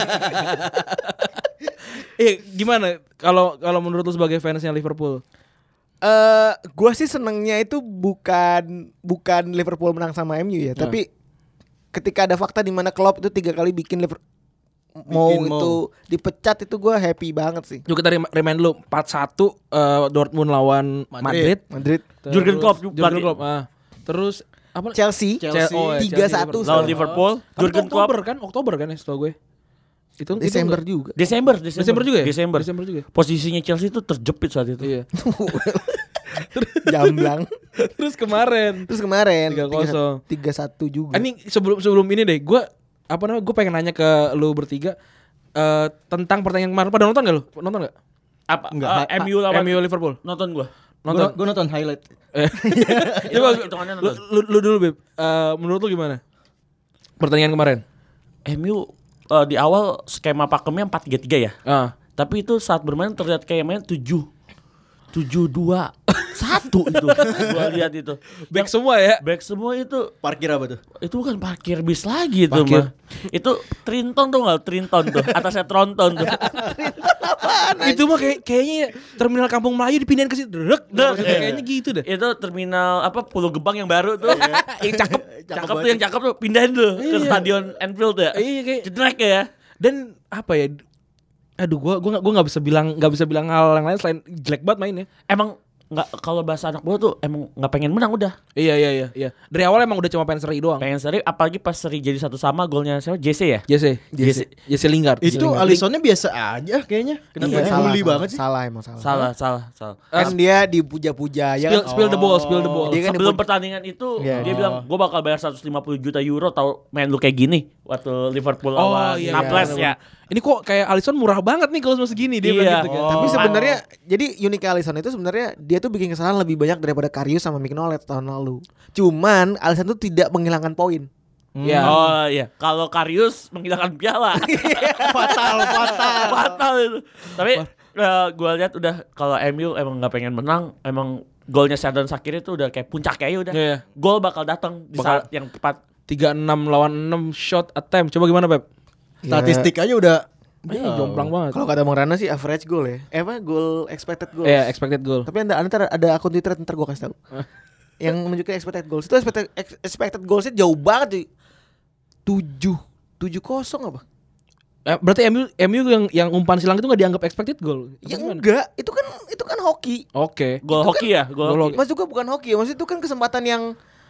Eh, gimana kalau kalau menurut lu sebagai fansnya Liverpool? Eh, gua sih senengnya itu bukan bukan Liverpool menang sama M U ya, Nah. tapi ketika ada fakta di mana Klopp itu tiga kali bikin Liverpool mau Bikin itu dipecat itu gue happy banget sih. Yuk kita rem- remind dulu empat satu uh, Dortmund lawan Madrid. Madrid, Terus- Jurgen Klopp juga Jurgen berarti. Klopp. Ah. Terus apa? Chelsea, Chelsea. Oh, ya, tiga Chelsea, satu Lawan Liverpool, Tapi Jurgen itu Klopp Oktober kan? Oktober kan ya setahu gue. Itu itu Desember enggak? juga. Desember, Desember, Desember juga ya? Desember. Desember juga. Posisinya Chelsea itu terjepit saat itu. Iya. Jamblang. Terus kemarin Terus kemarin tiga kosong. tiga satu juga. Ah, Ini sebelum sebelum ini deh, gue apa namanya? Gue pengen nanya ke lu bertiga eh, tentang pertanyaan kemarin. Pada nonton gak lu? Nonton gak? Apa? Enggak, Ah, ha- M U lawan M U Liverpool. nonton gua. Nonton. Gue nonton highlight. Eh. Itu Coba hitungannya lu, nonton. lu, lu dulu Beb. Eh, menurut lu gimana? Pertandingan kemarin. M U eh, di awal skema pakemnya empat tiga tiga ya. Ah. Tapi itu saat bermain terlihat kayak main tujuh tujuh dua satu itu. Gua lihat itu. Back semua ya. Back semua itu Parkir apa tuh? itu bukan parkir bis lagi itu Parkir. mah. Itu Trinton tuh enggak Trinton tuh. Atasnya Tronton tuh. Itu mah kayak kayaknya terminal Kampung Melayu dipindahin ke situ. Drek. Drek, iya. Kayaknya gitu deh. Itu terminal apa Pulau Gebang yang baru tuh. Yang cakep. Cakep tuh yang cakep tuh pindahin tuh ke Iya. stadion Anfield ya. Iya kayak Jedrek ya. dan apa ya? Aduh, gua gua nggak gua nggak bisa bilang nggak bisa bilang hal yang lain selain jelek banget mainnya. Emang nggak kalau bahasa anak bola tuh emang nggak pengen menang udah. Iya iya iya iya. Dari awal emang udah cuma pengen seri doang. Pengen seri apalagi pas seri jadi satu sama golnya siapa? J C ya? Jesse, Jesse, Jesse Lingard. Itu Alissonnya biasa aja kayaknya. Kenapa Iya, salah, bully salah, banget sih? salah emang salah. Salah, salah, salah. Kan dia dipuja-puja ya Spill, kan. spill the ball, spill the ball. Dia kan Sebelum dipuja- pertandingan itu Iya. dia bilang gue bakal bayar seratus lima puluh juta euro tau main lu kayak gini waktu Liverpool Oh, lawan iya, Naples iya, ya. Ini kok kayak Alisson murah banget nih kalau cuma segini dia Iya. bilang gitu kan. Tapi Oh. sebenarnya jadi unik Alisson itu sebenarnya dia tuh bikin kesalahan lebih banyak daripada Karius sama Mignolet tahun lalu. Cuman Alisson tuh tidak menghilangkan poin. Iya. Oh iya, kalau Karius menghilangkan piala. Fatal, fatal. Fatal itu. Tapi gue lihat udah kalau M U emang nggak pengen menang, emang golnya Shadon Shaqiri itu udah kayak puncaknya ya udah. Iya. Gol bakal datang di Bakal. saat yang tepat. tiga enam lawan enam shot attempt. Coba gimana, Beb? Statistik aja udah Eh, jomplang banget. Kalau kata Bang Rana sih average goal ya. Eh apa goal expected goals. Iya, expected goal. Tapi anda, anda ada akun Twitter ntar gue kasih tahu. Yang menunjukkan expected goals itu expected ex- expected goalsnya jauh banget sih. Tujuh tujuh kosong apa? Eh, berarti M U M U yang yang umpan silang itu nggak dianggap expected goal. Apa Ya gimana? enggak, itu kan itu kan hoki. Oke. Gol hoki ya, gol Gol hoki. Maksud gue bukan hoki, maksud itu kan kesempatan yang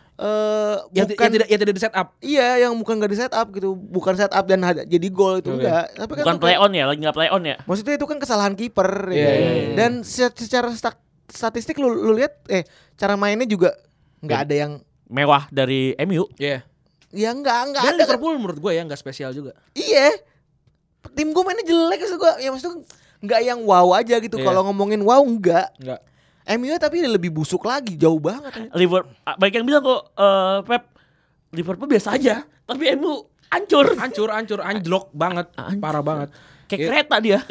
eh Yang, ti- bukan yang tidak yang tidak di set up. iya yang bukan gak di set up gitu, bukan set up dan had- jadi gol itu Oke. enggak. Tapi kan Bukan itu play kan- on ya, lagi nggak play on ya. Maksudnya itu kan kesalahan kiper ya Iya, kan? iya, iya. Dan se- secara stak- statistik lu lu lihat eh cara mainnya juga nggak ada yang Mewah dari M U. Iya. ya enggak enggak Dan ada. Liverpool menurut gue ya nggak spesial juga. Iya. Tim gue mainnya jelek maksud gue. Ya maksudnya enggak yang wow aja gitu. Iya. Kalau ngomongin wow enggak. Enggak. M U tapi lebih busuk lagi, jauh banget. Liverpool baik yang bilang kok eh, Pep Liverpool biasa aja, tapi M U hancur. Hancur, hancur, anjlok banget, Hancur. parah banget. Kayak Iya. kereta dia.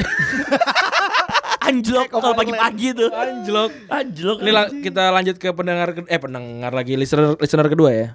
Anjlok kalau pagi-pagi tuh. Anjlok. Anjlok. Ini la- kita lanjut ke pendengar ke- eh pendengar lagi listener listener kedua ya.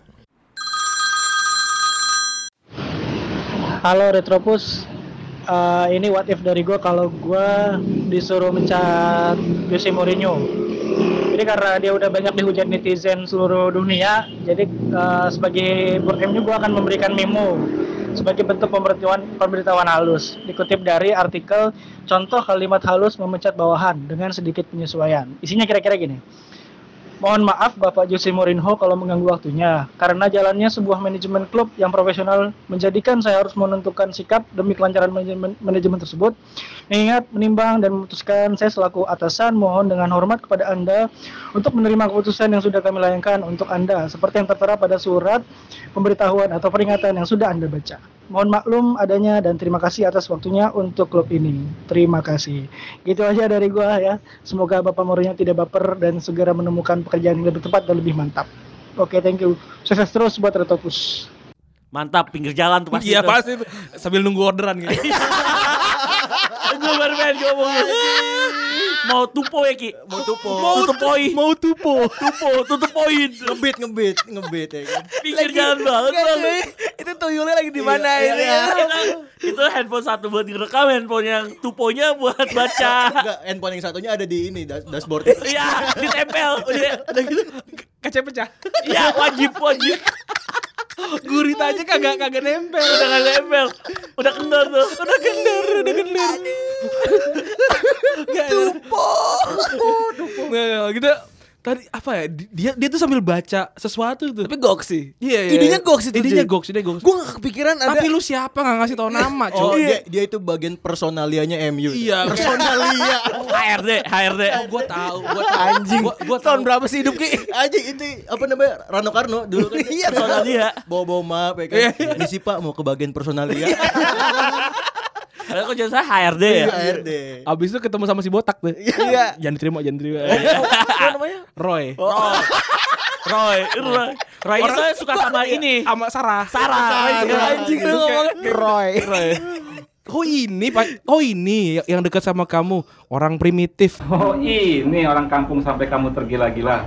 Halo Retropus, Eh, ini what if dari gue kalau gue disuruh mencat Jose Mourinho. Jadi karena dia udah banyak dihujat netizen seluruh dunia, jadi eh, sebagai board M U gue akan memberikan memo sebagai bentuk pemberitahuan pemberitahuan halus. Dikutip dari artikel contoh kalimat halus memecat bawahan dengan sedikit penyesuaian. Isinya kira-kira gini. Mohon maaf Bapak Jose Mourinho kalau mengganggu waktunya. Karena jalannya sebuah manajemen klub yang profesional menjadikan saya harus menentukan sikap demi kelancaran manajemen, manajemen tersebut. Mengingat, menimbang, dan memutuskan saya selaku atasan mohon dengan hormat kepada Anda untuk menerima keputusan yang sudah kami layangkan untuk Anda. Seperti yang tertera pada surat pemberitahuan atau peringatan yang sudah Anda baca. Mohon maklum adanya dan terima kasih atas waktunya untuk klub ini. Terima kasih. Gitu aja dari gua ya. Semoga Bapak Mourinho tidak baper dan segera menemukan pekerjaan yang lebih tepat dan lebih mantap. Oke, thank you. Sukses terus buat Retropus. Mantap, pinggir jalan tuh pasti. Iya tuh. pasti tuh. Sambil nunggu orderan gitu. Gue baru pengen ngomong. Mau tupo ya Ki? Mau tupo. Mau tupoin. Mau tupo. Tupo, tutup poin. Ngebit ngebit ngebit ya kan. Pinggir jalan banget Enggak, bang. cuy. Itu tuyulnya lagi di mana Iya, ini iya. ya? Itu, itu handphone satu buat direkam, handphone yang tuponya buat baca. Enggak, handphone yang satunya ada di ini das- dashboard itu. Iya, ditempel. Udah, Kaca pecah. iya, wajib, wajib. Gurit aja kagak kagak nempel. Udah gak nempel. Udah kendor tuh. Udah kendor, udah kendor. Tupo. Tupo. Nah, gitu. Tadi apa ya? Dia dia tuh sambil baca sesuatu tuh. Tapi goks sih. Iya, iya. Idenya goks itu. Idenya cuy. goks, idenya goks. Gue gak kepikiran ada. Tapi lu siapa nggak ngasih tahu nama, Oh, cuy? dia, dia itu bagian personalianya M U. Iya, Personalia. H R D, H R D. Oh, gua tahu, gua tahu. Anjing. Gua, gua Tahun tahu. berapa sih hidup Ki? Aja itu apa namanya Rano Karno dulu kan. Iya, Personalia. Bawa-bawa map ya kan. Ini sih Pak mau ke bagian personalia. Kalau kok jangan saya H R D ya. H R D. Abis itu ketemu sama si botak tuh. Iya. Jangan diterima, jangan diterima. Apa namanya? Roy. Roy. Roy, Roy. Roy itu saya suka sama ini. Sama Sarah. Sarah. Anjing lu ngomongnya Roy. Roy. Oh ini Pak, oh ini yang dekat sama kamu, orang primitif. Oh ini orang kampung sampai kamu tergila-gila.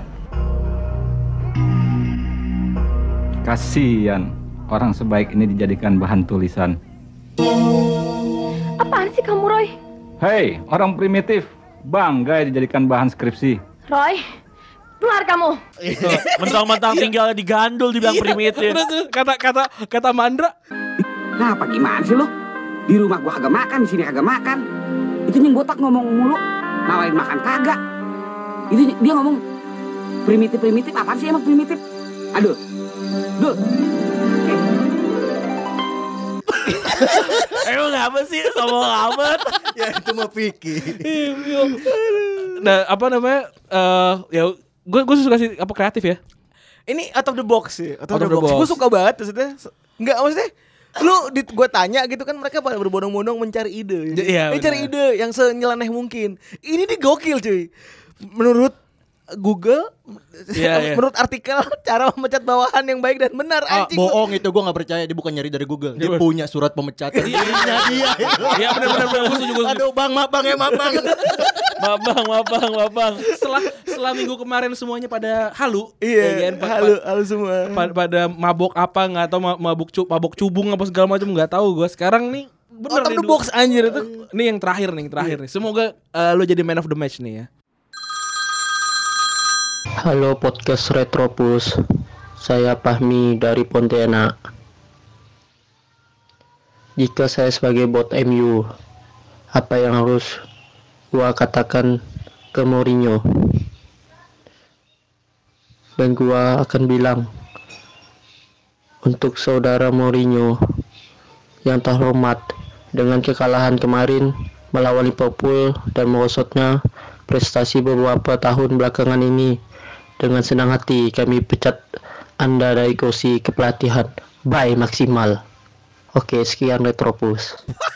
Kasian orang sebaik ini dijadikan bahan tulisan. Apaan sih kamu, Roy? Hei, orang primitif, bangga dijadikan bahan skripsi. Roy, keluar kamu. Mentang-mentang tinggal di gandul dibilang primitif. Terus terus, kata kata kata Mandra. Nah, apa gimana sih lo? Di rumah gua kagak makan, di sini kagak makan. Itu yang botak ngomong mulu, nawarin makan kagak. Itu dia ngomong primitif-primitif, apaan sih emang primitif? Aduh. Duh. Emang apa sih ngomong amat? Ya itu mah Vicky. Nah, apa namanya? Eh ya gue gue suka sih apa kreatif ya. Ini out of the box sih. Out of, Out the, of the box. box. Gue suka banget maksudnya. Enggak maksudnya. Lu di gue tanya gitu kan mereka pada berbondong-bondong mencari ide. Iya, Mencari benar. ide yang senyeleneh mungkin. Ini nih gokil cuy. Menurut Google, Iya, iya. menurut artikel cara memecat bawahan yang baik dan benar Ah, anjing. bohong itu gue nggak percaya, dia bukan nyari dari Google, dia Gimana? punya surat pemecatan. Iya iya. Iya benar benar benar. Gue setuju, gue setuju. Aduh bang, maaf bang ya maaf bang. Maaf bang, maaf bang, maaf bang. Setelah setelah minggu kemarin semuanya pada halu, Iya, ya kan? Pa- halo, pa- halo semua. pa- pada mabok apa nggak tahu ma- mabuk cu, mabok cubung apa segala macam nggak tahu gue. Sekarang nih bener Out of nih, the Du. box anjir itu. Ini yang terakhir nih, yang terakhir nih. Semoga eh, lo jadi man of the match nih ya. Halo podcast Retropus, saya Fahmi dari Pontianak. Jika saya sebagai bot M U, apa yang harus gua katakan ke Mourinho? Dan gua akan bilang, untuk saudara Mourinho yang terhormat dengan kekalahan kemarin melawan Liverpool dan merosotnya prestasi beberapa tahun belakangan ini, dengan senang hati kami pecat Anda dari kursi kepelatihan. Bye maksimal. Oke, sekian Retropus.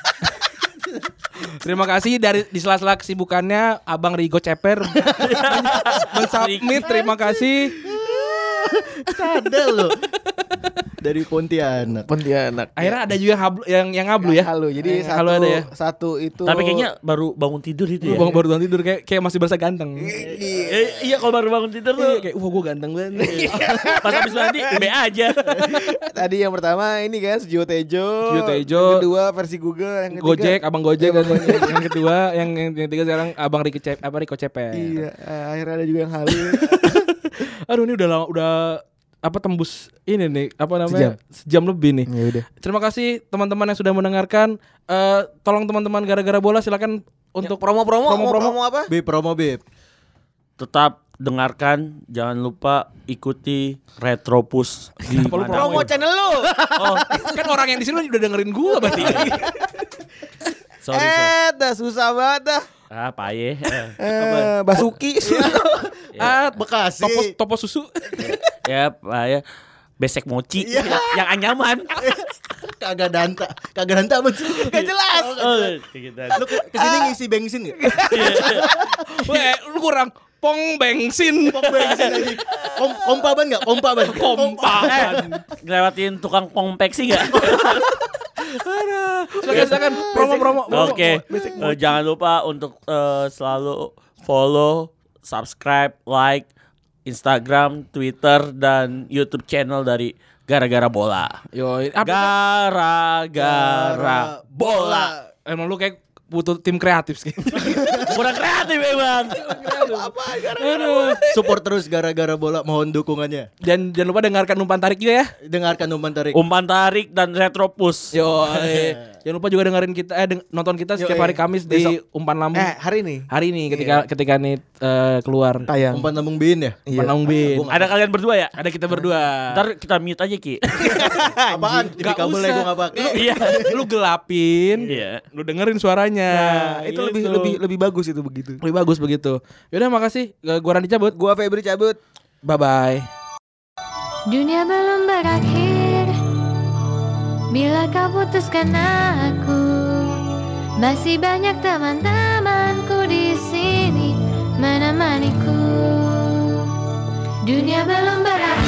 Terima kasih dari di sela-sela kesibukannya Abang Rigo Ceper mensubmit. Terima kasih. Ada loh. Dari Pontianak. Pontianak. Akhirnya ada juga hablu, yang yang ngablu ya. Halo. Jadi Eh, satu, halo ada ya. satu itu. Tapi kayaknya baru bangun tidur itu ya. Bang baru bangun tidur kayak kayak masih berasa ganteng. Eh, iya kalau baru bangun tidur tuh. Iya, kayak wah gue ganteng banget. Pas habis mandi B aja. Tadi yang pertama ini kan Sujiwo Tejo. Sujiwo Tejo. Yang kedua versi Google. Yang ketiga, Gojek, Abang Gojek, Abang Gojek. Yang kedua, yang yang ketiga sekarang Abang Riko Cep, apa Riko Ceper. Iya. eh, akhirnya ada juga yang halu. Aduh ini udah lama, udah apa tembus ini nih apa namanya sejam, sejam lebih nih. Ya udah. Terima kasih teman-teman yang sudah mendengarkan. Eh, tolong teman-teman gara-gara bola silakan untuk promo-promo, promo-promo. promo apa? Bib promo Bib. Tetap dengarkan, jangan lupa ikuti Retropus di Kenapa lu mana. Promo channel lu. Oh, kan orang yang di sini udah dengerin gua berarti. Sorry, sorry. Eh, dah susah banget dah. Ah, paye. Eh, Basuki. Ah, Bekasi. topo topo susu. Ya, paye. Besek mochi yang anyaman. Kagak danta. Kagak danta apa sih? Gak jelas. Oh, gitu. Lu ke- kesini ngisi bensin enggak? Weh, lu kurang pong bensin. Pom bensin aja. Kom kompa ban enggak? Kompa ban. Kompa. Eh, ngelewatin tukang konveksi enggak? Silakan silakan promo-promo. Oke, eh, jangan lupa untuk eh, selalu follow, subscribe, like Instagram, Twitter, dan YouTube channel dari Gara-Gara Bola. Yo, apa? Gara-gara bola. Emang lu kayak butuh tim kreatif sih. Kurang kreatif emang. Support terus Gara-Gara Bola, mohon dukungannya. Dan jangan lupa dengarkan umpan tarik juga ya. Dengarkan umpan tarik. Umpan tarik dan retropus. Yo, eh. Jangan lupa juga dengerin kita eh deng- nonton kita setiap Yo, eh. hari Kamis di Besok. Umpan Lambung. Eh hari ini Hari ini ketika ketika nih eh, keluar tayang. Umpan lambung bin ya? Umpan Lambung Bin. Ada kalian berdua ya? Ada kita berdua. Ntar kita mute aja Ki. Apaan? Jadi Nggak kabelnya usah. gue gak pakai. Iya. Lu gelapin. Iya. Lu dengerin suaranya. Nah, itu Gitu. lebih lebih lebih bagus itu begitu. Lebih bagus begitu. Yaudah makasih. Gua Randy cabut. Gua Febri cabut. Bye bye. Dunia belum berakhir bila kau putuskan aku. Masih banyak teman-temanku di sini menemaniku. Dunia belum berakhir.